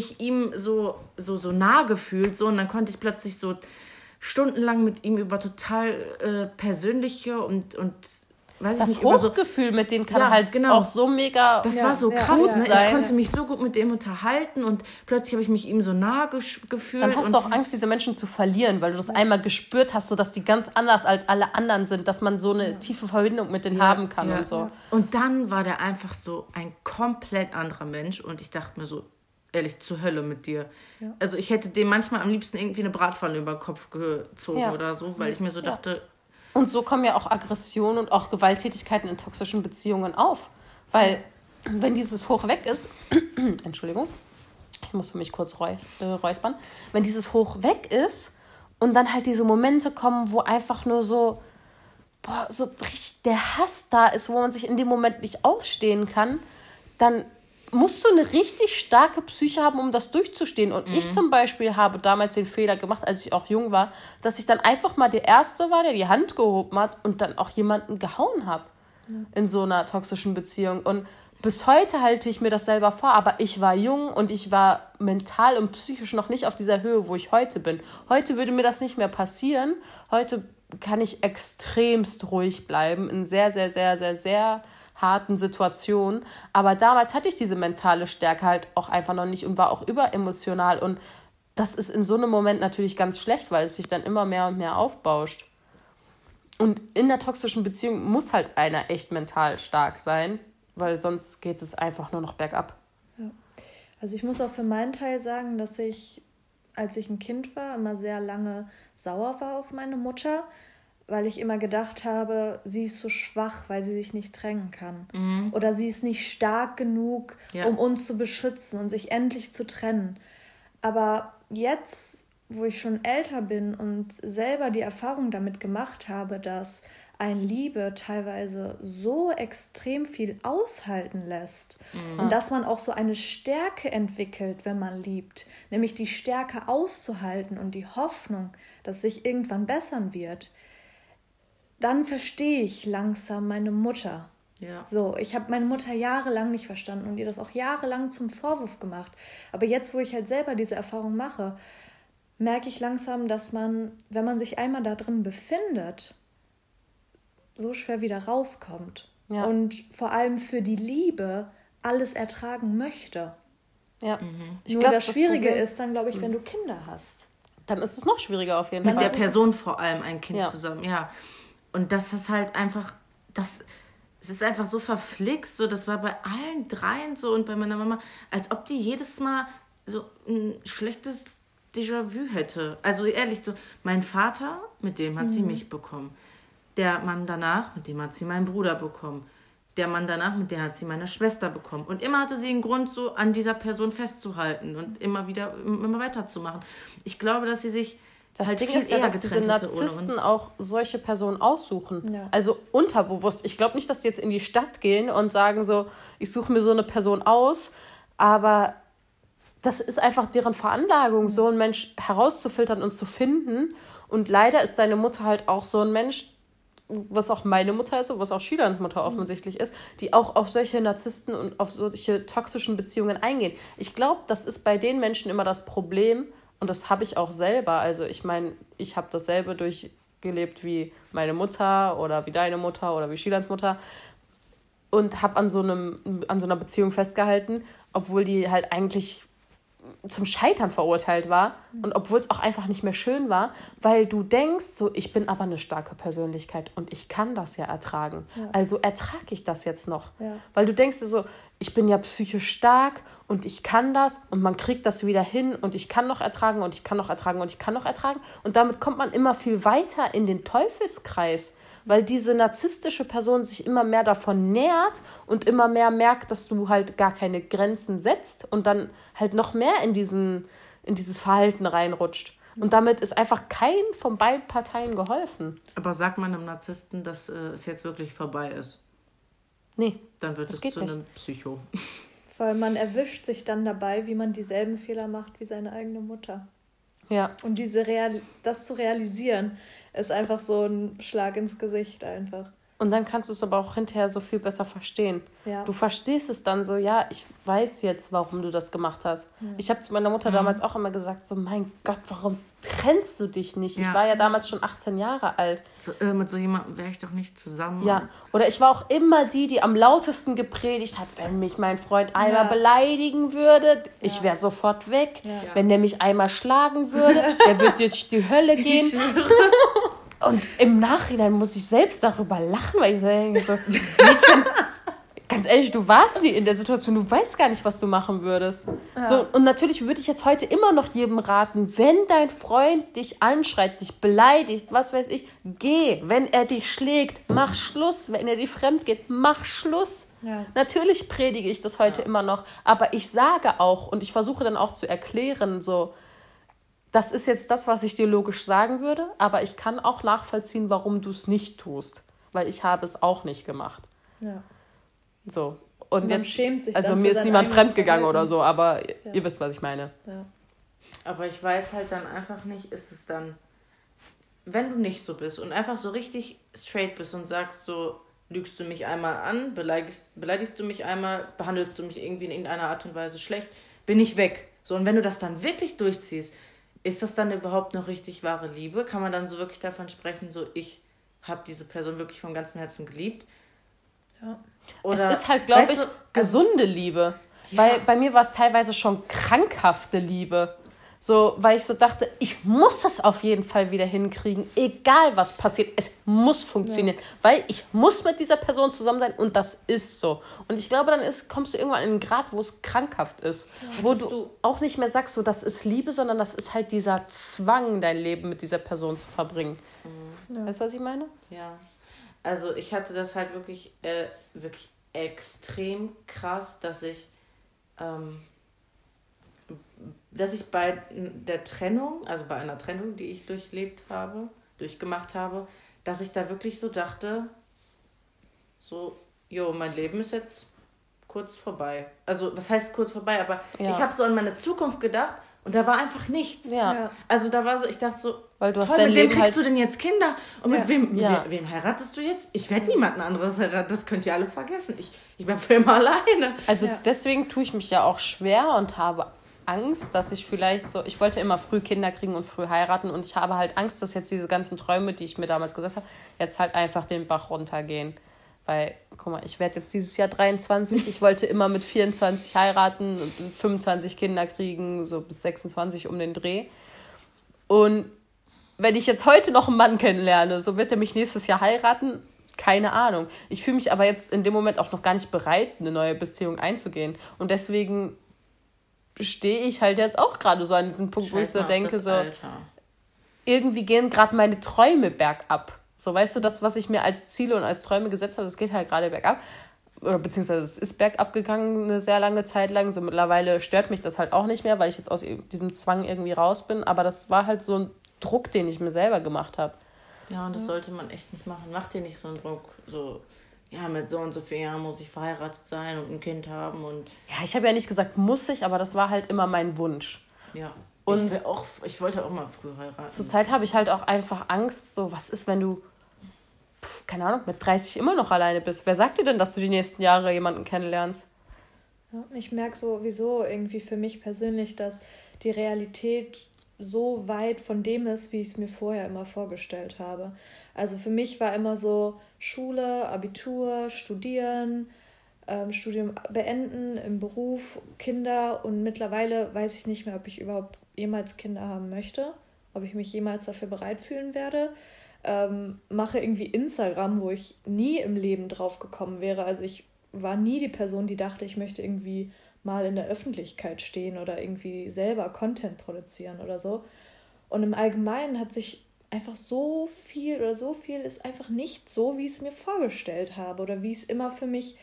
so nah gefühlt, so, und dann konnte ich plötzlich so stundenlang mit ihm über total persönliche und weiß das ich nicht, Hochgefühl mit denen kann auch so mega das war so krass, ne? Ich konnte mich so gut mit dem unterhalten und plötzlich habe ich mich ihm so nah gefühlt. Dann hast du auch Angst, diese Menschen zu verlieren, weil du das einmal gespürt hast, so dass die ganz anders als alle anderen sind, dass man so eine tiefe Verbindung mit denen haben kann und so. Und dann war der einfach so ein komplett anderer Mensch und ich dachte mir so, ehrlich, zur Hölle mit dir. Ja. Also ich hätte dem manchmal am liebsten irgendwie eine Bratpfanne über den Kopf gezogen oder so, weil ich mir so dachte... Und so kommen ja auch Aggressionen und auch Gewalttätigkeiten in toxischen Beziehungen auf. Weil, wenn dieses Hoch weg ist, Entschuldigung, ich musste mich kurz räuspern, wenn dieses Hoch weg ist und dann halt diese Momente kommen, wo einfach nur so richtig der Hass da ist, wo man sich in dem Moment nicht ausstehen kann, dann musst du eine richtig starke Psyche haben, um das durchzustehen. Und ich zum Beispiel habe damals den Fehler gemacht, als ich auch jung war, dass ich dann einfach mal der Erste war, der die Hand gehoben hat und dann auch jemanden gehauen habe in so einer toxischen Beziehung. Und bis heute halte ich mir das selber vor, aber ich war jung und ich war mental und psychisch noch nicht auf dieser Höhe, wo ich heute bin. Heute würde mir das nicht mehr passieren. Heute kann ich extremst ruhig bleiben in sehr, sehr, sehr, sehr, sehr harten Situationen. Aber damals hatte ich diese mentale Stärke halt auch einfach noch nicht und war auch überemotional. Und das ist in so einem Moment natürlich ganz schlecht, weil es sich dann immer mehr und mehr aufbauscht. Und in der toxischen Beziehung muss halt einer echt mental stark sein, weil sonst geht es einfach nur noch bergab. Ja. Also ich muss auch für meinen Teil sagen, dass ich, als ich ein Kind war, immer sehr lange sauer war auf meine Mutter, weil ich immer gedacht habe, sie ist so schwach, weil sie sich nicht trennen kann. Oder sie ist nicht stark genug, um uns zu beschützen und sich endlich zu trennen. Aber jetzt, wo ich schon älter bin und selber die Erfahrung damit gemacht habe, dass Liebe teilweise so extrem viel aushalten lässt und dass man auch so eine Stärke entwickelt, wenn man liebt, nämlich die Stärke auszuhalten und die Hoffnung, dass es sich irgendwann bessern wird, dann verstehe ich langsam meine Mutter. Ja. So, ich habe meine Mutter jahrelang nicht verstanden und ihr das auch jahrelang zum Vorwurf gemacht. Aber jetzt, wo ich halt selber diese Erfahrung mache, merke ich langsam, dass man, wenn man sich einmal da drin befindet, so schwer wieder rauskommt. Ja. Und vor allem für die Liebe alles ertragen möchte. Ja. Nur glaub, das Schwierige ist dann, glaube ich, wenn du Kinder hast. Dann ist es noch schwieriger auf jeden Fall. Mit der Person vor allem ein Kind zusammen, ja. Und das ist halt einfach, es ist einfach so verflixt, so, das war bei allen dreien so und bei meiner Mama, als ob die jedes Mal so ein schlechtes Déjà-vu hätte. Also ehrlich, so, mein Vater, mit dem hat sie mich bekommen. Der Mann danach, mit dem hat sie meinen Bruder bekommen. Der Mann danach, mit dem hat sie meine Schwester bekommen. Und immer hatte sie einen Grund, so an dieser Person festzuhalten und immer weiterzumachen. Ich glaube, dass sie sich das halt Ding viel ist ja, dass diese Narzissten auch solche Personen aussuchen. Ja. Also unterbewusst. Ich glaube nicht, dass die jetzt in die Stadt gehen und sagen so, ich suche mir so eine Person aus, aber das ist einfach deren Veranlagung, so einen Mensch herauszufiltern und zu finden. Und leider ist deine Mutter halt auch so ein Mensch, was auch meine Mutter ist und was auch Shilans Mutter offensichtlich ist, die auch auf solche Narzissten und auf solche toxischen Beziehungen eingehen. Ich glaube, das ist bei den Menschen immer das Problem, und das habe ich auch selber. Also ich meine, ich habe dasselbe durchgelebt wie meine Mutter oder wie deine Mutter oder wie Shilans Mutter und habe an so einer Beziehung festgehalten, obwohl die halt eigentlich zum Scheitern verurteilt war und obwohl es auch einfach nicht mehr schön war, weil du denkst, so, ich bin aber eine starke Persönlichkeit und ich kann das ja ertragen. Ja. Also ertrage ich das jetzt noch. Ja. Weil du denkst dir so, ich bin ja psychisch stark und ich kann das und man kriegt das wieder hin und ich kann noch ertragen und ich kann noch ertragen und ich kann noch ertragen. Und damit kommt man immer viel weiter in den Teufelskreis, weil diese narzisstische Person sich immer mehr davon nährt und immer mehr merkt, dass du halt gar keine Grenzen setzt und dann halt noch mehr in dieses Verhalten reinrutscht. Und damit ist einfach keinem von beiden Parteien geholfen. Aber sagt man einem Narzissten, dass es jetzt wirklich vorbei ist? Nee. Dann wird es zu einem Psycho. Weil man erwischt sich dann dabei, wie man dieselben Fehler macht wie seine eigene Mutter. Ja. Und das zu realisieren, ist einfach so ein Schlag ins Gesicht einfach. Und dann kannst du es aber auch hinterher so viel besser verstehen. Ja. Du verstehst es dann so, ja, ich weiß jetzt, warum du das gemacht hast. Ja. Ich habe zu meiner Mutter damals auch immer gesagt, so, mein Gott, warum trennst du dich nicht? Ja. Ich war ja damals schon 18 Jahre alt. So, mit so jemandem wäre ich doch nicht zusammen. Ja, oder ich war auch immer die am lautesten gepredigt hat, wenn mich mein Freund einmal beleidigen würde, ich wäre sofort weg. Ja. Wenn der mich einmal schlagen würde, der würde durch die Hölle gehen. Und im Nachhinein muss ich selbst darüber lachen, weil ich so denke, Mädchen, ganz ehrlich, du warst nie in der Situation, du weißt gar nicht, was du machen würdest. Ja. So, und natürlich würde ich jetzt heute immer noch jedem raten, wenn dein Freund dich anschreit, dich beleidigt, was weiß ich, geh. Wenn er dich schlägt, mach Schluss. Wenn er dir fremd geht, mach Schluss. Ja. Natürlich predige ich das heute immer noch, aber ich sage auch und ich versuche dann auch zu erklären, so, das ist jetzt das, was ich dir logisch sagen würde, aber ich kann auch nachvollziehen, warum du es nicht tust, weil ich habe es auch nicht gemacht. Ja. So. Und man jetzt, schämt sich also dann mir für ist sein niemand eigenes fremdgegangen oder Verhalten. so, aber Ja. ihr wisst, was ich meine. Ja. Aber ich weiß halt dann einfach nicht, ist es dann, wenn du nicht so bist und einfach so richtig straight bist und sagst so, lügst du mich einmal an, beleidigst du mich einmal, behandelst du mich irgendwie in irgendeiner Art und Weise schlecht, bin ich weg. So, und wenn du das dann wirklich durchziehst, ist das dann überhaupt noch richtig wahre Liebe? Kann man dann so wirklich davon sprechen, so ich habe diese Person wirklich von ganzem Herzen geliebt? Ja. Oder, es ist halt, glaube ich, gesunde Liebe. Ja. Weil bei mir war es teilweise schon krankhafte Liebe. So, weil ich so dachte, ich muss das auf jeden Fall wieder hinkriegen, egal was passiert, es muss funktionieren, weil ich muss mit dieser Person zusammen sein und das ist so. Und ich glaube, dann kommst du irgendwann in einen Grad, wo es krankhaft ist, wo du auch nicht mehr sagst, so das ist Liebe, sondern das ist halt dieser Zwang, dein Leben mit dieser Person zu verbringen. Ja. Weißt du, was ich meine? Ja, also ich hatte das halt wirklich extrem krass, dass ich bei der Trennung, also bei einer Trennung, die ich durchgemacht habe, dass ich da wirklich so dachte, so, mein Leben ist jetzt kurz vorbei. Also, was heißt kurz vorbei? Aber ich habe so an meine Zukunft gedacht und da war einfach nichts. Ja. Also, da war so, ich dachte so, weil du hast dein Leben, mit wem kriegst du denn jetzt Kinder? Und mit wem heiratest du jetzt? Ich werde niemanden anderes heiraten, das könnt ihr alle vergessen. Ich bleib für immer alleine. Also, deswegen tue ich mich ja auch schwer und habe Angst, dass ich vielleicht so, ich wollte immer früh Kinder kriegen und früh heiraten und ich habe halt Angst, dass jetzt diese ganzen Träume, die ich mir damals gesetzt habe, jetzt halt einfach den Bach runtergehen. Weil, guck mal, ich werde jetzt dieses Jahr 23, ich wollte immer mit 24 heiraten und 25 Kinder kriegen, so bis 26 um den Dreh. Und wenn ich jetzt heute noch einen Mann kennenlerne, so wird er mich nächstes Jahr heiraten, keine Ahnung. Ich fühle mich aber jetzt in dem Moment auch noch gar nicht bereit, eine neue Beziehung einzugehen. Und deswegen stehe ich halt jetzt auch gerade so an diesem Punkt, wo ich so denke, so irgendwie gehen gerade meine Träume bergab. So, weißt du, das, was ich mir als Ziele und als Träume gesetzt habe, das geht halt gerade bergab. Oder beziehungsweise es ist bergab gegangen eine sehr lange Zeit lang. So mittlerweile stört mich das halt auch nicht mehr, weil ich jetzt aus diesem Zwang irgendwie raus bin. Aber das war halt so ein Druck, den ich mir selber gemacht habe. Ja, und das sollte man echt nicht machen. Mach dir nicht so einen Druck, so... Ja, mit so und so vielen Jahren muss ich verheiratet sein und ein Kind haben. Und ja, ich habe ja nicht gesagt, muss ich, aber das war halt immer mein Wunsch. Ja, und ich wollte auch mal früh heiraten. Zurzeit habe ich halt auch einfach Angst, so was ist, wenn du, keine Ahnung, mit 30 immer noch alleine bist. Wer sagt dir denn, dass du die nächsten Jahre jemanden kennenlernst? Ja, ich merke sowieso irgendwie für mich persönlich, dass die Realität so weit von dem ist, wie ich es mir vorher immer vorgestellt habe. Also für mich war immer so Schule, Abitur, Studieren, Studium beenden, im Beruf, Kinder und mittlerweile weiß ich nicht mehr, ob ich überhaupt jemals Kinder haben möchte, ob ich mich jemals dafür bereit fühlen werde. Mache irgendwie Instagram, wo ich nie im Leben drauf gekommen wäre. Also ich war nie die Person, die dachte, ich möchte irgendwie mal in der Öffentlichkeit stehen oder irgendwie selber Content produzieren oder so. Und im Allgemeinen hat sich einfach so viel ist einfach nicht so, wie ich es mir vorgestellt habe oder wie ich es immer für mich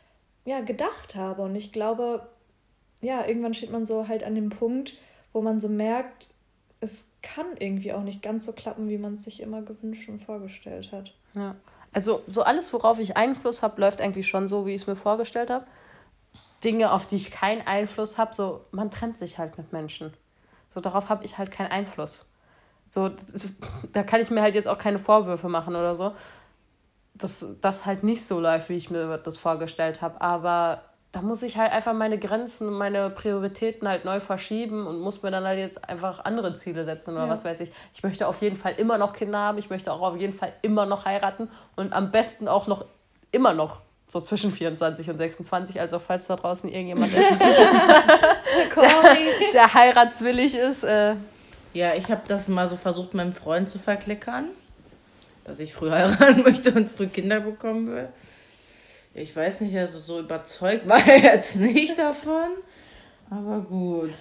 gedacht habe. Und ich glaube, irgendwann steht man so halt an dem Punkt, wo man so merkt, es kann irgendwie auch nicht ganz so klappen, wie man es sich immer gewünscht und vorgestellt hat. Ja, also so alles, worauf ich Einfluss habe, läuft eigentlich schon so, wie ich es mir vorgestellt habe. Dinge, auf die ich keinen Einfluss habe, so man trennt sich halt mit Menschen. So darauf habe ich halt keinen Einfluss. So, da kann ich mir halt jetzt auch keine Vorwürfe machen oder so, dass das halt nicht so läuft, wie ich mir das vorgestellt habe. Aber da muss ich halt einfach meine Grenzen und meine Prioritäten halt neu verschieben und muss mir dann halt jetzt einfach andere Ziele setzen oder was weiß ich. Ich möchte auf jeden Fall immer noch Kinder haben, ich möchte auch auf jeden Fall immer noch heiraten und am besten auch noch immer noch so zwischen 24 und 26, also falls da draußen irgendjemand ist, der heiratswillig ist. Ja, ich habe das mal so versucht, meinem Freund zu verklickern, dass ich früh heiraten möchte und früh Kinder bekommen will. Ich weiß nicht, also so überzeugt war er jetzt nicht davon. Aber gut.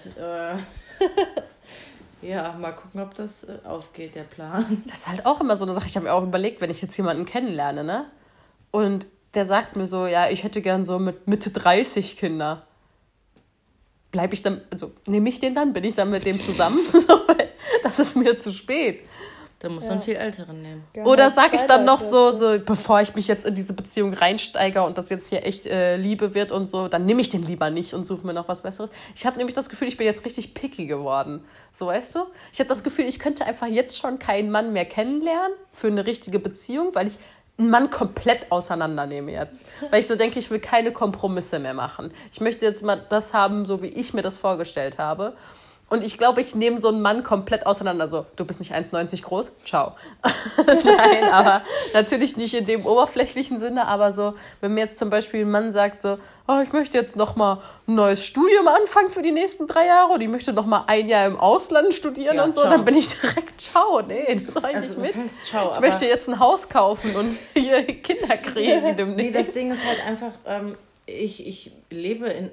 Ja, mal gucken, ob das aufgeht, der Plan. Das ist halt auch immer so eine Sache. Ich habe mir auch überlegt, wenn ich jetzt jemanden kennenlerne, ne? Und der sagt mir so, ja, ich hätte gern so mit Mitte 30 Kinder. Bleibe ich dann, also nehme ich den dann? Bin ich dann mit dem zusammen? So, weil das ist mir zu spät. Dann muss man einen viel älteren nehmen. Ja, Oder halt sage ich dann noch Zeitalter. so, bevor ich mich jetzt in diese Beziehung reinsteige und das jetzt hier echt Liebe wird und so, dann nehme ich den lieber nicht und suche mir noch was Besseres. Ich habe nämlich das Gefühl, ich bin jetzt richtig picky geworden. So, weißt du? Ich habe das Gefühl, ich könnte einfach jetzt schon keinen Mann mehr kennenlernen für eine richtige Beziehung, weil ich einen Mann komplett auseinandernehme jetzt. Weil ich so denke, ich will keine Kompromisse mehr machen. Ich möchte jetzt mal das haben, so wie ich mir das vorgestellt habe. Und ich glaube, ich nehme so einen Mann komplett auseinander. So, du bist nicht 1,90 groß? Ciao. Nein, aber natürlich nicht in dem oberflächlichen Sinne. Aber so, wenn mir jetzt zum Beispiel ein Mann sagt so, oh, ich möchte jetzt noch mal ein neues Studium anfangen für die nächsten 3 Jahre und ich möchte noch mal 1 Jahr im Ausland studieren und so, ciao. dann bin ich direkt, ciao, nee, das soll ich Also, nicht was mit. heißt ciao? Ich aber möchte jetzt ein Haus kaufen und hier Kinder kriegen nee, demnächst. das Ding ist halt einfach, ich lebe,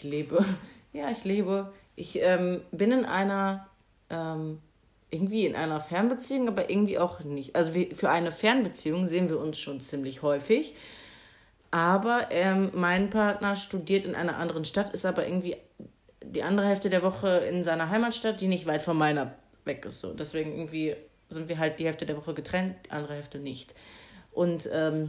ich bin in einer, irgendwie in einer Fernbeziehung, aber irgendwie auch nicht. Also für eine Fernbeziehung sehen wir uns schon ziemlich häufig. Aber mein Partner studiert in einer anderen Stadt, ist aber irgendwie die andere Hälfte der Woche in seiner Heimatstadt, die nicht weit von meiner weg ist. So. Deswegen irgendwie sind wir halt die Hälfte der Woche getrennt, die andere Hälfte nicht. Und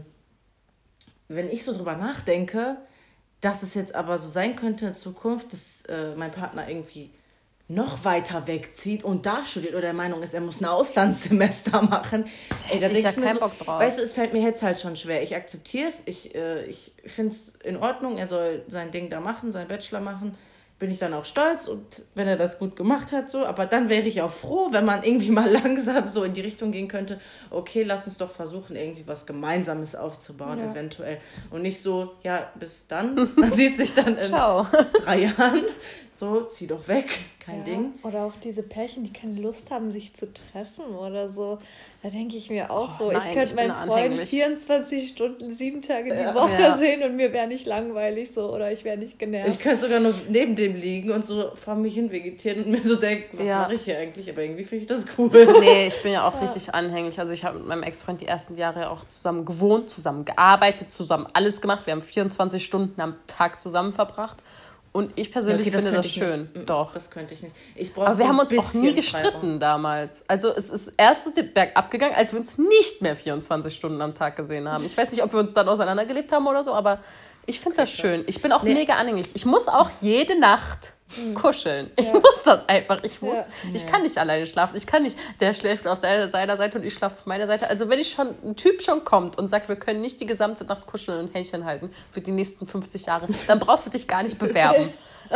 wenn ich so drüber nachdenke, dass es jetzt aber so sein könnte in Zukunft, dass mein Partner irgendwie noch weiter wegzieht und da studiert oder der Meinung ist, er muss ein Auslandssemester machen. Ey, da hätte ich denk ja mir keinen Bock drauf. Weißt du, es fällt mir jetzt halt schon schwer. Ich akzeptiere es, ich finde es in Ordnung, er soll sein Ding da machen, seinen Bachelor machen. Bin ich dann auch stolz und wenn er das gut gemacht hat, so. Aber dann wäre ich auch froh, wenn man irgendwie mal langsam so in die Richtung gehen könnte, okay, lass uns doch versuchen, irgendwie was Gemeinsames aufzubauen, eventuell. Und nicht so, ja, bis dann. Man sieht sich dann in Ciao. 3 Jahren. So, zieh doch weg, kein Ding. Oder auch diese Pärchen, die keine Lust haben, sich zu treffen oder so. Da denke ich mir auch so, nein, ich könnte ich bin meinen Freund anhänglich. 24 Stunden, 7 Tage die Woche sehen und mir wäre nicht langweilig so oder ich wäre nicht genervt. Ich könnte sogar nur neben dem liegen und so vor mich hin vegetieren und mir so denken, was mache ich hier eigentlich? Aber irgendwie finde ich das cool. Nee, ich bin ja auch richtig anhänglich. Also ich habe mit meinem Ex-Freund die ersten Jahre auch zusammen gewohnt, zusammen gearbeitet, zusammen alles gemacht. Wir haben 24 Stunden am Tag zusammen verbracht. Und ich persönlich finde das schön. Nicht. Doch. Das könnte ich nicht. Aber wir haben uns auch nie gestritten damals. Also es ist erst so den Berg abgegangen, als wir uns nicht mehr 24 Stunden am Tag gesehen haben. Ich weiß nicht, ob wir uns dann auseinandergelebt haben oder so, aber ich finde das schön. Ich bin auch mega anhänglich. Ich muss auch jede Nacht kuscheln. Ich muss das einfach. Ich kann nicht alleine schlafen. Ich kann nicht, der schläft auf seiner Seite und ich schlafe auf meiner Seite. Also wenn ein Typ schon kommt und sagt, wir können nicht die gesamte Nacht kuscheln und Händchen halten für die nächsten 50 Jahre, dann brauchst du dich gar nicht bewerben.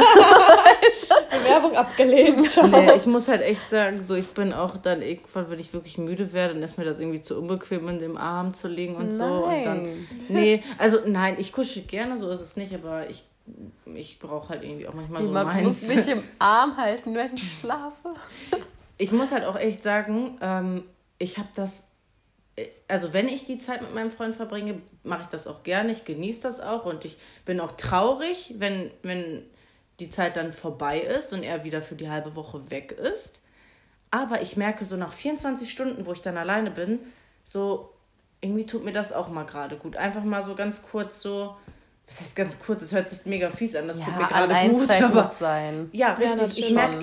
Bewerbung abgelehnt. Nee, ich muss halt echt sagen, so ich bin auch dann irgendwann, wenn ich wirklich müde werde, dann ist mir das irgendwie zu unbequem, in dem Arm zu liegen und so. Und dann, nein, ich kuschel gerne, so ist es nicht, aber ich brauche halt irgendwie auch manchmal so Man muss mich im Arm halten, wenn ich schlafe. Ich muss halt auch echt sagen, ich habe das, also wenn ich die Zeit mit meinem Freund verbringe, mache ich das auch gerne, ich genieße das auch und ich bin auch traurig, wenn die Zeit dann vorbei ist und er wieder für die halbe Woche weg ist. Aber ich merke so nach 24 Stunden, wo ich dann alleine bin, so irgendwie tut mir das auch mal gerade gut. Einfach mal so ganz kurz so, was heißt ganz kurz, es hört sich mega fies an, das tut mir gerade gut. Aber muss sein. Ja, richtig. Ja, ich merke,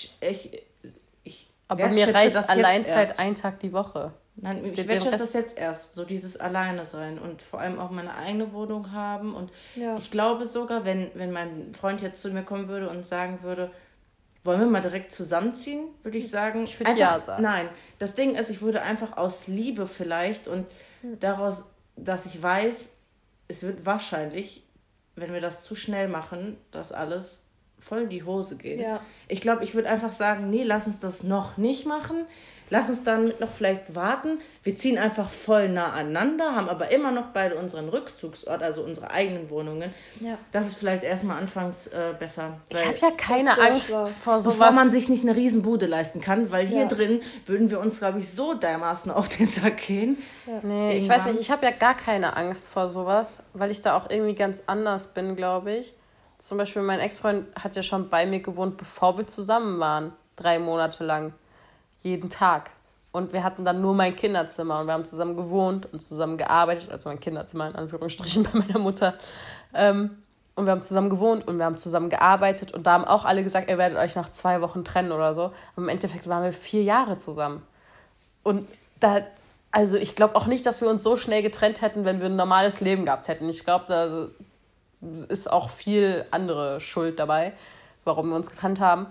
aber mir reicht Alleinzeit 1 Tag die Woche. Nein, ich wertschätze das jetzt erst, so dieses Alleine sein und vor allem auch meine eigene Wohnung haben. Und ich glaube sogar, wenn mein Freund jetzt zu mir kommen würde und sagen würde, wollen wir mal direkt zusammenziehen, würde ich sagen. Ich würde ja sagen. Nein, das Ding ist, ich würde einfach aus Liebe vielleicht und daraus, dass ich weiß, es wird wahrscheinlich, wenn wir das zu schnell machen, das alles voll in die Hose gehen. Ja. Ich glaube, ich würde einfach sagen, nee, lass uns das noch nicht machen. Lass uns dann noch vielleicht warten. Wir ziehen einfach voll nah aneinander, haben aber immer noch beide unseren Rückzugsort, also unsere eigenen Wohnungen. Ja. Das ist vielleicht erstmal anfangs besser. Ich habe ja keine Angst vor sowas. Bevor man sich nicht eine Riesenbude leisten kann, weil hier drin würden wir uns, glaube ich, so dermaßen auf den Sack gehen. Ja. Nee, ich weiß nicht, ich habe ja gar keine Angst vor sowas, weil ich da auch irgendwie ganz anders bin, glaube ich. Zum Beispiel mein Ex-Freund hat ja schon bei mir gewohnt, bevor wir zusammen waren, 3 Monate lang, jeden Tag. Und wir hatten dann nur mein Kinderzimmer und wir haben zusammen gewohnt und zusammen gearbeitet, also mein Kinderzimmer in Anführungsstrichen bei meiner Mutter. Und wir haben zusammen gewohnt und wir haben zusammen gearbeitet und da haben auch alle gesagt, ihr werdet euch nach 2 Wochen trennen oder so. Und im Endeffekt waren wir 4 Jahre zusammen. Und also ich glaube auch nicht, dass wir uns so schnell getrennt hätten, wenn wir ein normales Leben gehabt hätten. Ich glaube, da ist auch viel andere Schuld dabei, warum wir uns getrennt haben.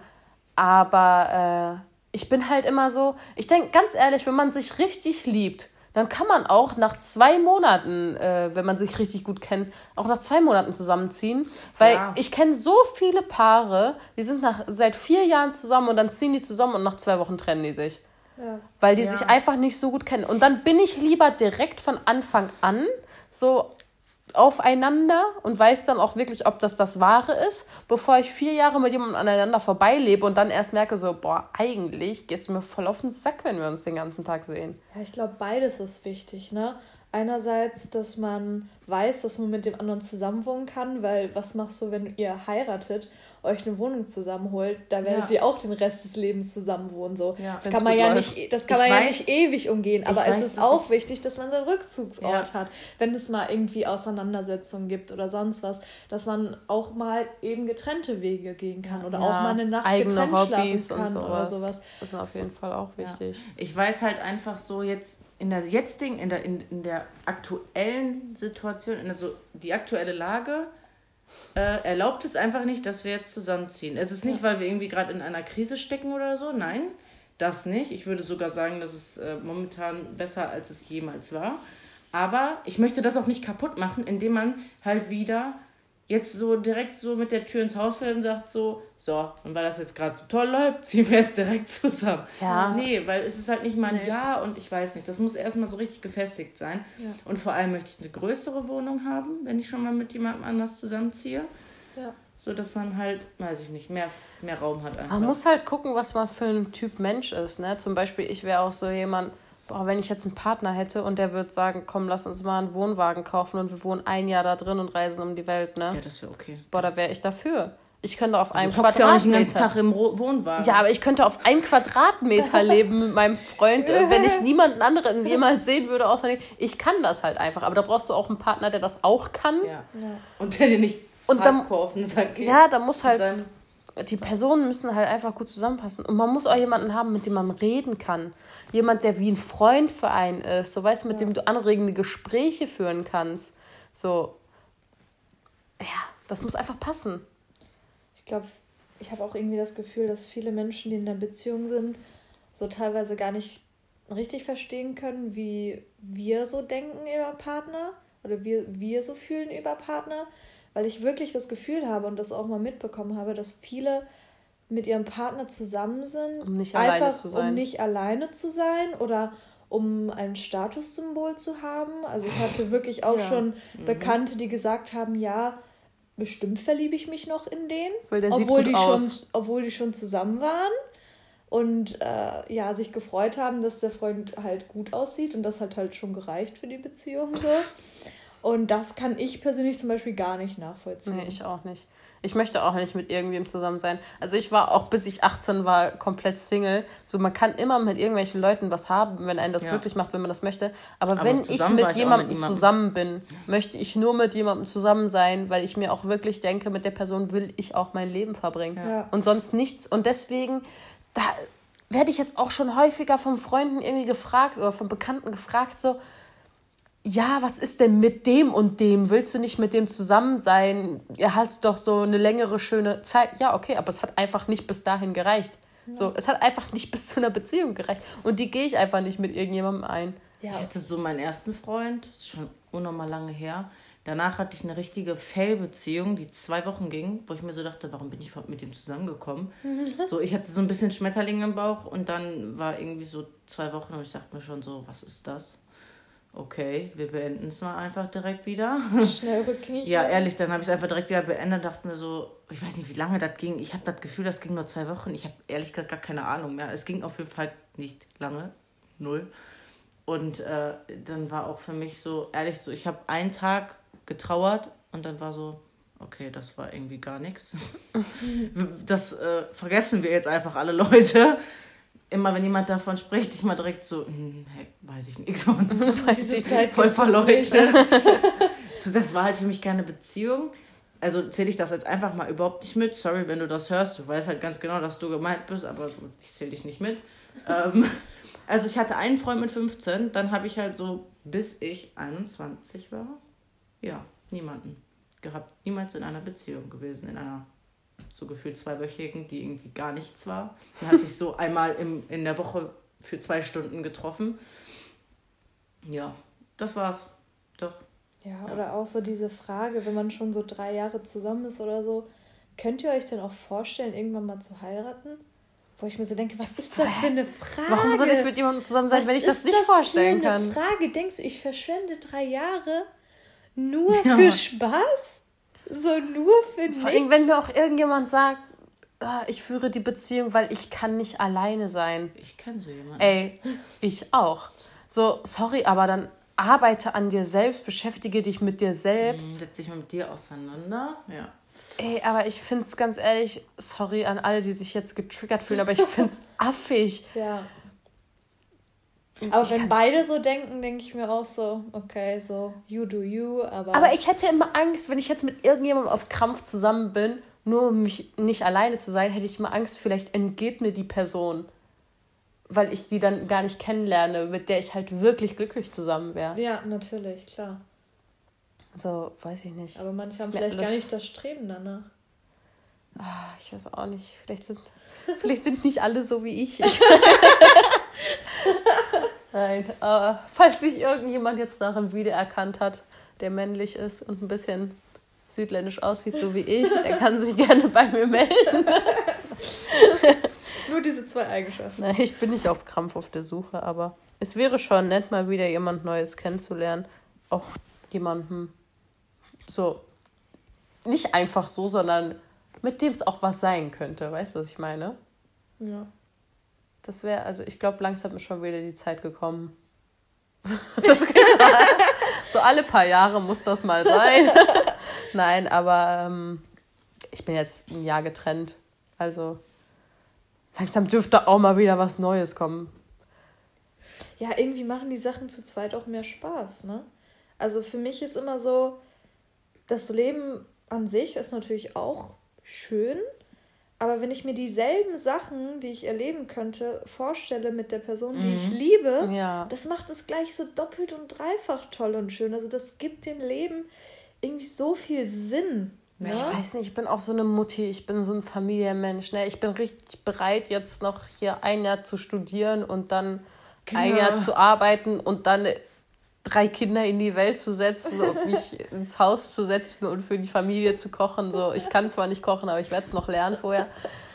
Aber ich bin halt immer so, ich denke ganz ehrlich, wenn man sich richtig liebt, dann kann man auch nach 2 Monaten, wenn man sich richtig gut kennt, auch nach 2 Monaten zusammenziehen. Weil ich kenne so viele Paare, die sind seit 4 Jahren zusammen und dann ziehen die zusammen und nach 2 Wochen trennen die sich. Ja. Weil die sich einfach nicht so gut kennen. Und dann bin ich lieber direkt von Anfang an so aufeinander und weiß dann auch wirklich, ob das Wahre ist, bevor ich 4 Jahre mit jemandem aneinander vorbeilebe und dann erst merke so, boah, eigentlich gehst du mir voll auf den Sack, wenn wir uns den ganzen Tag sehen. Ja, ich glaube, beides ist wichtig, ne? Einerseits, dass man weiß, dass man mit dem anderen zusammenwohnen kann, weil was machst du, wenn ihr heiratet, euch eine Wohnung zusammenholt, da werdet ihr auch den Rest des Lebens zusammenwohnen. So. Ja, das kann man ja nicht ewig umgehen, aber es ist auch wichtig, dass man seinen Rückzugsort hat. Wenn es mal irgendwie Auseinandersetzungen gibt oder sonst was, dass man auch mal eben getrennte Wege gehen kann oder auch mal eine Nacht getrennt Hobbys schlafen kann oder sowas. Das ist auf jeden Fall auch wichtig. Ja. Ich weiß halt einfach so jetzt in der aktuellen Situation, die aktuelle Lage, erlaubt es einfach nicht, dass wir jetzt zusammenziehen. Es ist nicht, weil wir irgendwie gerade in einer Krise stecken oder so. Nein, das nicht. Ich würde sogar sagen, dass es momentan besser, als es jemals war. Aber ich möchte das auch nicht kaputt machen, indem man halt wieder jetzt so direkt so mit der Tür ins Haus fällt und sagt so, und weil das jetzt gerade so toll läuft, ziehen wir jetzt direkt zusammen. Ja. Nee, weil es ist halt nicht mal ein Ja und ich weiß nicht, das muss erstmal so richtig gefestigt sein. Ja. Und vor allem möchte ich eine größere Wohnung haben, wenn ich schon mal mit jemandem anders zusammenziehe. Ja. So, dass man halt, weiß ich nicht, mehr Raum hat einfach. Man muss halt gucken, was man für ein Typ Mensch ist, ne? Zum Beispiel, ich wäre auch so jemand, wenn ich jetzt einen Partner hätte und der würde sagen, komm, lass uns mal einen Wohnwagen kaufen und wir wohnen 1 Jahr da drin und reisen um die Welt, ne? Ja, das wäre okay. Da wäre ich dafür. Ich könnte auf einem Quadratmeter... Du hockst ja auch nicht den ganzen Tag im Wohnwagen. Ja, aber ich könnte auf 1 Quadratmeter leben mit meinem Freund, wenn ich niemanden anderen jemals sehen würde, außer den. Ich kann das halt einfach. Aber da brauchst du auch einen Partner, der das auch kann. Ja. Und der dir nicht kaufen sagt. Ja, da muss halt... Die Personen müssen halt einfach gut zusammenpassen. Und man muss auch jemanden haben, mit dem man reden kann. Jemand, der wie ein Freund für einen ist. So, weißt du, mit dem du anregende Gespräche führen kannst. So, ja, das muss einfach passen. Ich glaube, ich habe auch irgendwie das Gefühl, dass viele Menschen, die in einer Beziehung sind, so teilweise gar nicht richtig verstehen können, wie wir so denken über Partner oder wie wir so fühlen über Partner. Weil ich wirklich das Gefühl habe und das auch mal mitbekommen habe, dass viele mit ihrem Partner zusammen sind, um nicht alleine zu sein oder um ein Statussymbol zu haben. Also ich hatte wirklich auch schon Bekannte, die gesagt haben, ja, bestimmt verliebe ich mich noch in den, weil der sieht gut aus. Obwohl die schon zusammen waren und sich gefreut haben, dass der Freund halt gut aussieht und das hat halt schon gereicht für die Beziehung so. Und das kann ich persönlich zum Beispiel gar nicht nachvollziehen. Nee, ich auch nicht. Ich möchte auch nicht mit irgendwem zusammen sein. Also ich war auch, bis ich 18 war, komplett Single. So, man kann immer mit irgendwelchen Leuten was haben, wenn einen das glücklich macht, wenn man das möchte. Aber wenn ich mit jemandem zusammen bin, möchte ich nur mit jemandem zusammen sein, weil ich mir auch wirklich denke, mit der Person will ich auch mein Leben verbringen. Ja. Und sonst nichts. Und deswegen, da werde ich jetzt auch schon häufiger von Freunden irgendwie gefragt oder von Bekannten gefragt, so, ja, was ist denn mit dem und dem? Willst du nicht mit dem zusammen sein? Ihr hattet doch so eine längere, schöne Zeit. Ja, okay, aber es hat einfach nicht bis dahin gereicht. Ja. So, es hat einfach nicht bis zu einer Beziehung gereicht. Und die gehe ich einfach nicht mit irgendjemandem ein. Ja. Ich hatte so meinen ersten Freund, das ist schon unnormal lange her. Danach hatte ich eine richtige Fail-Beziehung, die 2 Wochen ging, wo ich mir so dachte, warum bin ich überhaupt mit dem zusammengekommen? So, ich hatte so ein bisschen Schmetterling im Bauch und dann war irgendwie so 2 Wochen und ich dachte mir schon so, was ist das? Okay, wir beenden es mal einfach direkt wieder. Schnell rückgängig. Ja, ehrlich, dann habe ich es einfach direkt wieder beendet, dachte mir so, ich weiß nicht, wie lange das ging. Ich habe das Gefühl, das ging nur 2 Wochen. Ich habe ehrlich gesagt gar keine Ahnung mehr. Es ging auf jeden Fall nicht lange, 0. Und dann war auch für mich so, ehrlich so, ich habe einen Tag getrauert und dann war so, okay, das war irgendwie gar nichts. Das vergessen wir jetzt einfach alle Leute. Immer wenn jemand davon spricht, ich mal direkt so, weiß ich nichts von. Weiß ich Zeit voll verleugnet. So, das war halt für mich keine Beziehung. also zähle ich das jetzt einfach mal überhaupt nicht mit. Sorry, wenn du das hörst. Du weißt halt ganz genau, dass du gemeint bist, aber ich zähle dich nicht mit. Also ich hatte einen Freund mit 15, dann habe ich halt so, bis ich 21 war, ja, niemanden gehabt. Niemals in einer Beziehung gewesen, in einer so gefühlt 2-wöchigen, die irgendwie gar nichts war. Man hat sich so einmal in der Woche für 2 Stunden getroffen. Ja, das war's. Doch. Ja, oder auch so diese Frage, wenn man schon so 3 Jahre zusammen ist oder so, könnt ihr euch denn auch vorstellen, irgendwann mal zu heiraten? Wo ich mir so denke, was ist das für eine Frage? Warum soll ich mit jemandem zusammen sein, wenn ich das nicht vorstellen kann? Was ist das für eine Frage? Denkst du, ich verschwende 3 Jahre nur für Spaß? So nur für nichts? Vor allem, wenn mir auch irgendjemand sagt, ich führe die Beziehung, weil ich kann nicht alleine sein. Ich kenne so jemanden. Ey, ich auch. So, sorry, aber dann arbeite an dir selbst, beschäftige dich mit dir selbst. Setz dich mal mit dir auseinander, ja. Ey, aber ich finde es ganz ehrlich, sorry an alle, die sich jetzt getriggert fühlen, aber ich finde es affig. Ja. Aber wenn beide so denken, denke ich mir auch so, okay, so you do you, aber ich hätte immer Angst, wenn ich jetzt mit irgendjemandem auf Krampf zusammen bin, nur um mich nicht alleine zu sein, hätte ich immer Angst, vielleicht entgeht mir die Person, weil ich die dann gar nicht kennenlerne, mit der ich halt wirklich glücklich zusammen wäre. Ja, natürlich, klar. So, weiß ich nicht. Aber manche haben vielleicht gar nicht das Streben danach. Ich weiß auch nicht. Vielleicht sind nicht alle so wie ich. Nein, aber falls sich irgendjemand jetzt darin wiedererkannt hat, der männlich ist und ein bisschen südländisch aussieht, so wie ich, der kann sich gerne bei mir melden. Nur diese 2 Eigenschaften. Nein, ich bin nicht auf Krampf auf der Suche, aber es wäre schon nett, mal wieder jemand Neues kennenzulernen. Auch jemanden so, nicht einfach so, sondern mit dem es auch was sein könnte. Weißt du, was ich meine? Ja. Das wäre, also ich glaube, langsam ist schon wieder die Zeit gekommen. So alle paar Jahre muss das mal sein. Nein, aber ich bin jetzt ein Jahr getrennt. Also langsam dürfte auch mal wieder was Neues kommen. Ja, irgendwie machen die Sachen zu zweit auch mehr Spaß, ne? Also für mich ist immer so, das Leben an sich ist natürlich auch schön, aber wenn ich mir dieselben Sachen, die ich erleben könnte, vorstelle mit der Person, die ich liebe, das macht es gleich so doppelt und dreifach toll und schön. Also das gibt dem Leben irgendwie so viel Sinn. Ja? Ich weiß nicht, ich bin auch so eine Mutti, ich bin so ein Familienmensch. Ne? Ich bin richtig bereit, jetzt noch hier 1 Jahr zu studieren und dann 1 Jahr zu arbeiten und dann 3 Kinder in die Welt zu setzen und mich ins Haus zu setzen und für die Familie zu kochen. So, ich kann zwar nicht kochen, aber ich werde es noch lernen vorher.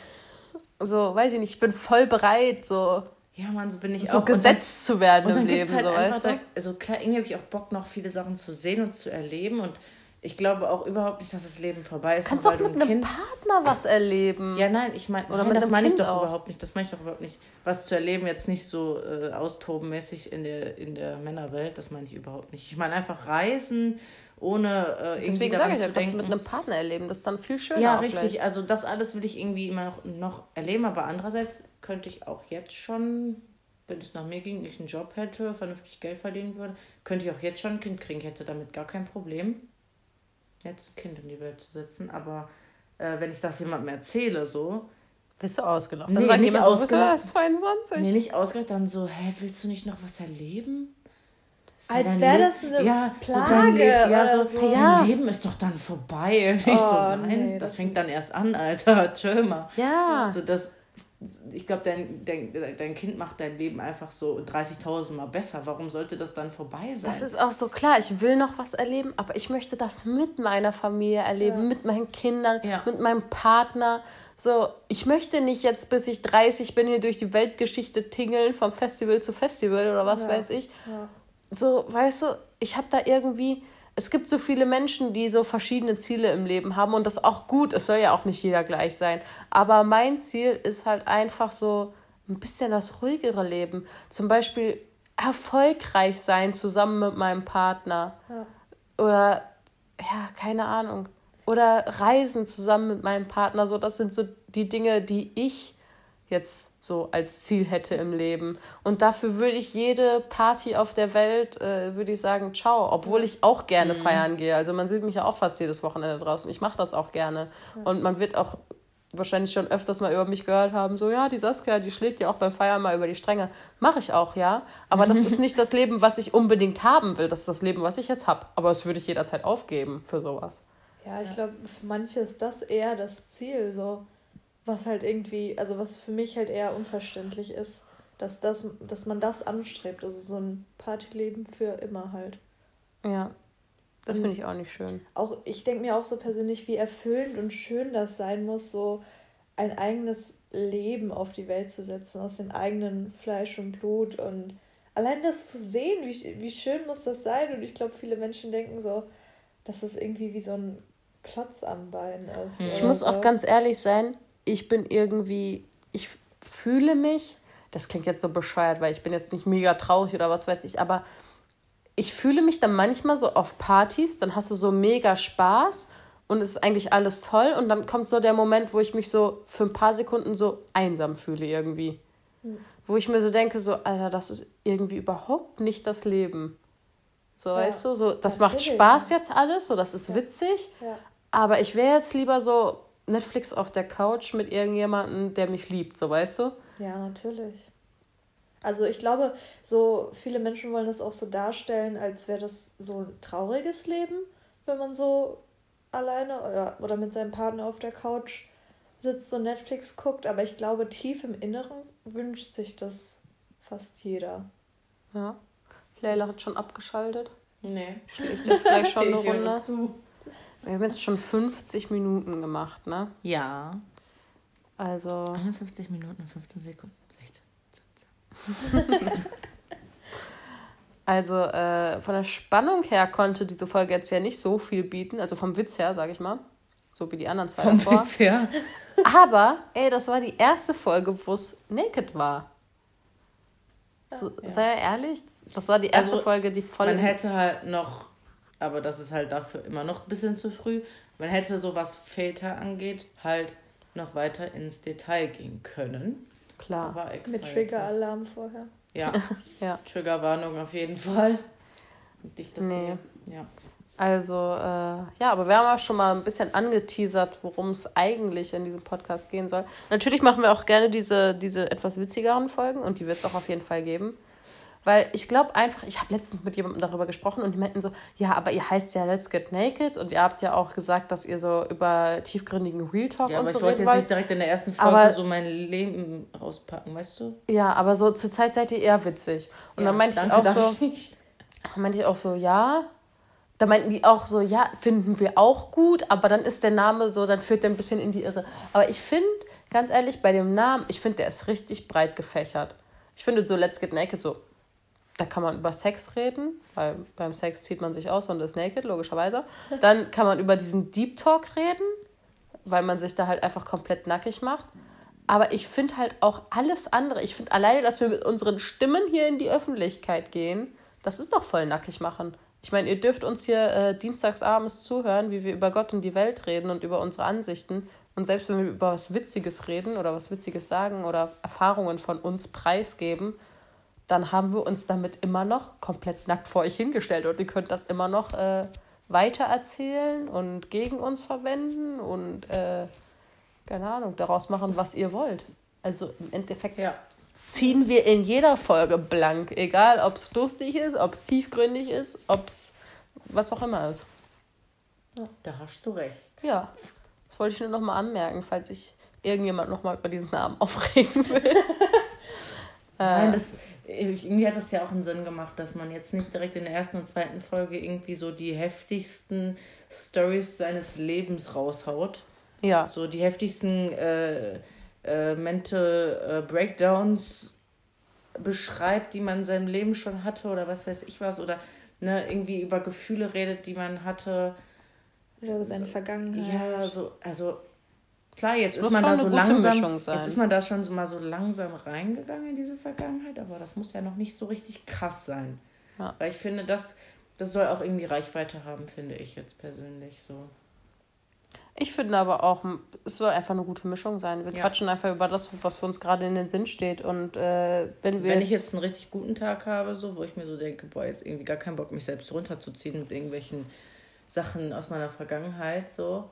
So, weiß ich nicht, ich bin voll bereit, so, ja, Mann, so bin ich so auch. Gesetzt zu werden im Leben. Halt so, weißt du? Also klar, irgendwie habe ich auch Bock, noch viele Sachen zu sehen und zu erleben. Und ich glaube auch überhaupt nicht, dass das Leben vorbei ist. Kannst auch mit einem Partner was erleben. Ja, nein, ich meine, das meine ich doch überhaupt nicht. Das meine ich doch überhaupt nicht. Was zu erleben, jetzt nicht so austobenmäßig in der Männerwelt, das meine ich überhaupt nicht. Ich meine einfach reisen, ohne irgendwie deswegen sage ich ja, kannst du mit einem Partner erleben. Das ist dann viel schöner. Ja, richtig. Gleich. Also das alles will ich irgendwie immer noch erleben. Aber andererseits könnte ich auch jetzt schon, wenn es nach mir ging, ich einen Job hätte, vernünftig Geld verdienen würde, könnte ich auch jetzt schon ein Kind kriegen. Ich hätte damit gar kein Problem, jetzt ein Kind in die Welt zu setzen. Aber wenn ich das jemandem erzähle, so... Bist du ausgelacht? Dann sagen die immer so, bist du 22? Nee, nicht ausgelacht. Dann so, willst du nicht noch was erleben? Als wäre das eine Plage. Dein Leben ist doch dann vorbei. Und ich so, nein, das fängt dann erst an, Alter. Chill mal. Ja. Also ich glaube, dein Kind macht dein Leben einfach so 30.000 Mal besser. Warum sollte das dann vorbei sein? Das ist auch so klar. Ich will noch was erleben, aber ich möchte das mit meiner Familie erleben, mit meinen Kindern, mit meinem Partner. So, ich möchte nicht jetzt, bis ich 30 bin, hier durch die Weltgeschichte tingeln, vom Festival zu Festival oder was weiß ich. Ja. So, weißt du, ich habe da irgendwie... Es gibt so viele Menschen, die so verschiedene Ziele im Leben haben und das ist auch gut. Es soll ja auch nicht jeder gleich sein. Aber mein Ziel ist halt einfach so ein bisschen das ruhigere Leben. Zum Beispiel erfolgreich sein zusammen mit meinem Partner. Ja. Oder, ja, keine Ahnung. Oder reisen zusammen mit meinem Partner. So, das sind so die Dinge, die ich jetzt so als Ziel hätte im Leben. Und dafür würde ich jede Party auf der Welt, würde ich sagen, ciao. Obwohl ich auch gerne feiern gehe. Also man sieht mich ja auch fast jedes Wochenende draußen. Ich mache das auch gerne. Und man wird auch wahrscheinlich schon öfters mal über mich gehört haben, so, ja, die Saskia, die schlägt ja auch beim Feiern mal über die Stränge. Mache ich auch, ja. Aber das ist nicht das Leben, was ich unbedingt haben will. Das ist das Leben, was ich jetzt habe. Aber das würde ich jederzeit aufgeben für sowas. Ja, ich glaube, für manche ist das eher das Ziel, so, was halt irgendwie, also was für mich halt eher unverständlich ist, dass man das anstrebt, also so ein Partyleben für immer halt. Ja, das finde ich auch nicht schön. Auch, ich denke mir auch so persönlich, wie erfüllend und schön das sein muss, so ein eigenes Leben auf die Welt zu setzen, aus dem eigenen Fleisch und Blut und allein das zu sehen, wie schön muss das sein, und ich glaube, viele Menschen denken so, dass das irgendwie wie so ein Klotz am Bein ist. Ich muss auch ganz ehrlich sein, ich fühle mich, das klingt jetzt so bescheuert, weil ich bin jetzt nicht mega traurig oder was weiß ich, aber ich fühle mich dann manchmal so auf Partys, dann hast du so mega Spaß und es ist eigentlich alles toll und dann kommt so der Moment, wo ich mich so für ein paar Sekunden so einsam fühle irgendwie. Wo ich mir so denke, so, Alter, das ist irgendwie überhaupt nicht das Leben. So, weißt du, so, das macht Spaß jetzt alles, so, das ist witzig, aber ich wäre jetzt lieber so Netflix auf der Couch mit irgendjemandem, der mich liebt, so, weißt du? Ja, natürlich. Also ich glaube, so viele Menschen wollen das auch so darstellen, als wäre das so ein trauriges Leben, wenn man so alleine oder mit seinem Partner auf der Couch sitzt und Netflix guckt. Aber ich glaube, tief im Inneren wünscht sich das fast jeder. Ja. Leila hat schon abgeschaltet. Nee. Schläft jetzt gleich schon eine Ich höre Runde. zu. Wir haben jetzt schon 50 Minuten gemacht, ne? Ja. Also 51 Minuten und 15 Sekunden. 16. Also von der Spannung her konnte diese Folge jetzt ja nicht so viel bieten. Also vom Witz her, sag ich mal. So wie die anderen zwei davor. Vom Witz her. Aber, das war die erste Folge, wo es naked war. So, sei ja ehrlich, das war die erste Folge, die voll... Man hätte halt noch, aber das ist halt dafür immer noch ein bisschen zu früh, man hätte so, was Väter angeht, halt noch weiter ins Detail gehen können. Klar. Aber extra mit Trigger-Alarm vorher. Ja, ja. Triggerwarnung auf jeden Fall. Und nicht das Nee. Ja. Also, aber wir haben auch schon mal ein bisschen angeteasert, worum es eigentlich in diesem Podcast gehen soll. Natürlich machen wir auch gerne diese etwas witzigeren Folgen und die wird es auch auf jeden Fall geben. Weil ich glaube einfach, ich habe letztens mit jemandem darüber gesprochen und die meinten so, ja, aber ihr heißt ja Let's Get Naked und ihr habt ja auch gesagt, dass ihr so über tiefgründigen Real Talk und so reden wollt. Ja, aber ich wollte jetzt nicht direkt in der ersten Folge so mein Leben rauspacken, weißt du? Ja, aber so zur Zeit seid ihr eher witzig. Und dann meinte ich auch so, ja... Da meinten die auch so, ja, finden wir auch gut, aber dann ist der Name so, dann führt der ein bisschen in die Irre. Aber ich finde, ganz ehrlich, bei dem Namen, ich finde, der ist richtig breit gefächert. Ich finde so Let's Get Naked so, da kann man über Sex reden, weil beim Sex zieht man sich aus und ist naked, logischerweise. Dann kann man über diesen Deep Talk reden, weil man sich da halt einfach komplett nackig macht. Aber ich finde halt auch alles andere, ich finde alleine, dass wir mit unseren Stimmen hier in die Öffentlichkeit gehen, das ist doch voll nackig machen. Ich meine, ihr dürft uns hier dienstagsabends zuhören, wie wir über Gott und die Welt reden und über unsere Ansichten. Und selbst wenn wir über was Witziges reden oder was Witziges sagen oder Erfahrungen von uns preisgeben, dann haben wir uns damit immer noch komplett nackt vor euch hingestellt. Und ihr könnt das immer noch weitererzählen und gegen uns verwenden und, keine Ahnung, daraus machen, was ihr wollt. Also im Endeffekt... Ja. Ziehen wir in jeder Folge blank. Egal, ob es lustig ist, ob es tiefgründig ist, ob es was auch immer ist. Ja, da hast du recht. Ja, das wollte ich nur noch mal anmerken, falls sich irgendjemand noch mal über diesen Namen aufregen will. Nein, irgendwie hat das ja auch einen Sinn gemacht, dass man jetzt nicht direkt in der ersten und zweiten Folge irgendwie so die heftigsten Storys seines Lebens raushaut. Ja. So die heftigsten... Mental Breakdowns beschreibt, die man in seinem Leben schon hatte oder was weiß ich was, oder irgendwie über Gefühle redet, die man hatte. Oder über seine Vergangenheit. Ja, also klar, jetzt ist man da so langsam, jetzt ist man da schon so mal so langsam reingegangen in diese Vergangenheit, aber das muss ja noch nicht so richtig krass sein. Ja. Weil ich finde, das soll auch irgendwie Reichweite haben, finde ich jetzt persönlich so. Ich finde aber auch, es soll einfach eine gute Mischung sein. Wir quatschen einfach über das, was für uns gerade in den Sinn steht. Und wenn ich jetzt einen richtig guten Tag habe, so, wo ich mir so denke, boah, jetzt irgendwie gar keinen Bock, mich selbst runterzuziehen mit irgendwelchen Sachen aus meiner Vergangenheit, so,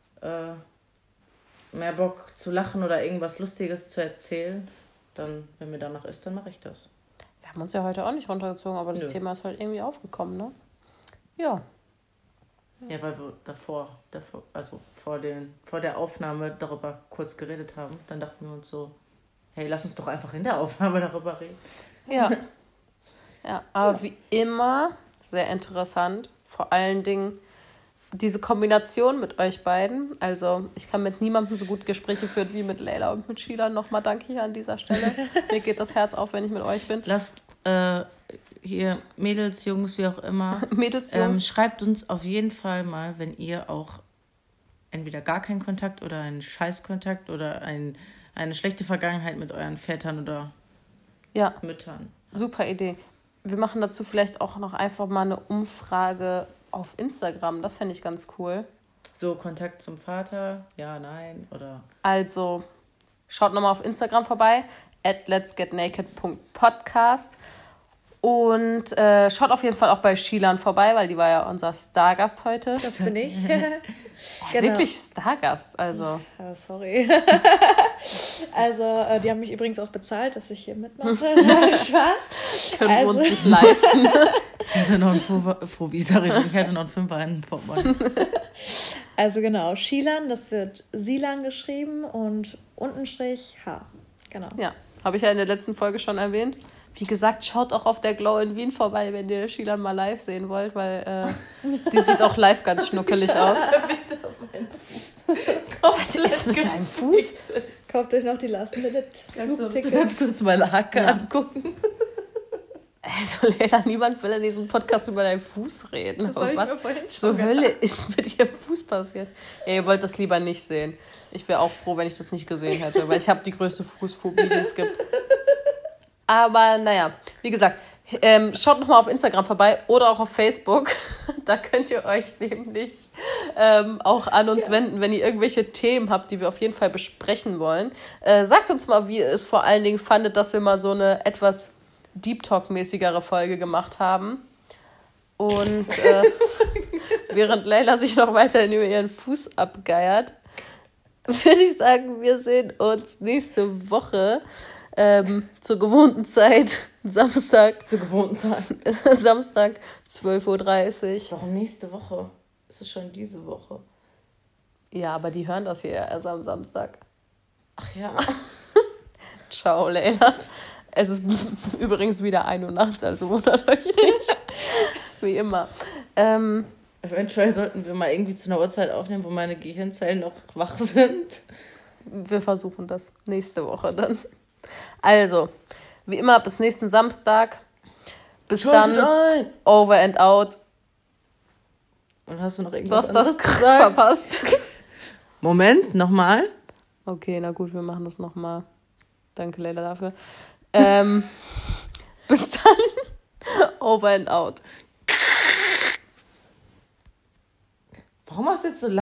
mehr Bock zu lachen oder irgendwas Lustiges zu erzählen, dann, wenn mir danach ist, dann mache ich das. Wir haben uns ja heute auch nicht runtergezogen, aber das Thema ist halt irgendwie aufgekommen, ne? Ja. Ja, weil wir also vor der Aufnahme darüber kurz geredet haben. Dann dachten wir uns so, hey, lass uns doch einfach in der Aufnahme darüber reden. Ja. Ja, aber wie immer sehr interessant. Vor allen Dingen diese Kombination mit euch beiden. Also ich kann mit niemandem so gut Gespräche führen wie mit Leila und mit Sheila. Nochmal danke hier an dieser Stelle. Mir geht das Herz auf, wenn ich mit euch bin. Lasst hier Mädels, Jungs, wie auch immer. Mädels, Jungs. Schreibt uns auf jeden Fall mal, wenn ihr auch entweder gar keinen Kontakt oder einen Scheißkontakt oder eine schlechte Vergangenheit mit euren Vätern oder Müttern. Super Idee. Wir machen dazu vielleicht auch noch einfach mal eine Umfrage auf Instagram. Das fände ich ganz cool. So, Kontakt zum Vater, ja, nein, oder... Also, schaut nochmal auf Instagram vorbei, @letsgetnaked.podcast. Und schaut auf jeden Fall auch bei Shilan vorbei, weil die war ja unser Stargast heute. Das bin ich. Genau. Wirklich Stargast, also. Ja, sorry. Also, die haben mich übrigens auch bezahlt, dass ich hier mitmache. Spaß. Können wir uns nicht leisten. Ich hatte noch einen ich hatte noch einen Fünfer in den Portemonnaie. Also genau, Shilan, das wird Silan geschrieben und Untenstrich H. Genau. Ja, habe ich ja in der letzten Folge schon erwähnt. Wie gesagt, schaut auch auf der Glow in Wien vorbei, wenn ihr Shilan mal live sehen wollt, weil die sieht auch live ganz schnuckelig aus. Was ist mit deinem Fuß? Kauft euch noch die Last-Minute-Flugtickets. Kannst kurz mal Hacke angucken. Also Leila, niemand will in diesem Podcast über deinen Fuß reden. Das Aber was zur Hölle ist mit ihrem Fuß passiert? Ja, ihr wollt das lieber nicht sehen. Ich wäre auch froh, wenn ich das nicht gesehen hätte, weil ich habe die größte Fußphobie, die es gibt. Aber naja, wie gesagt, schaut nochmal auf Instagram vorbei oder auch auf Facebook. Da könnt ihr euch nämlich auch an uns wenden, wenn ihr irgendwelche Themen habt, die wir auf jeden Fall besprechen wollen. Sagt uns mal, wie ihr es vor allen Dingen fandet, dass wir mal so eine etwas Deep Talk-mäßigere Folge gemacht haben. Und während Leila sich noch weiterhin über ihren Fuß abgeiert, würde ich sagen, wir sehen uns nächste Woche zur gewohnten Zeit, Samstag. Zur gewohnten Zeit. Samstag, 12.30 Uhr. Warum nächste Woche? Ist es schon diese Woche? Ja, aber die hören das hier erst am Samstag. Ach ja. Ciao, Leila. Es ist übrigens wieder 1 Uhr nachts, also wundert euch nicht. Wie immer. Eventuell sollten wir mal irgendwie zu einer Uhrzeit aufnehmen, wo meine Gehirnzellen noch wach sind. Wir versuchen das nächste Woche dann. Also, wie immer, bis nächsten Samstag. Bis Schaltet dann. ein. Over and out. Und hast du noch Du irgendwas hast anderes das zu sagen? verpasst. Moment, nochmal. Okay, na gut, wir machen das nochmal. Danke, Leila, dafür. Bis dann. Over and out. Warum hast du jetzt so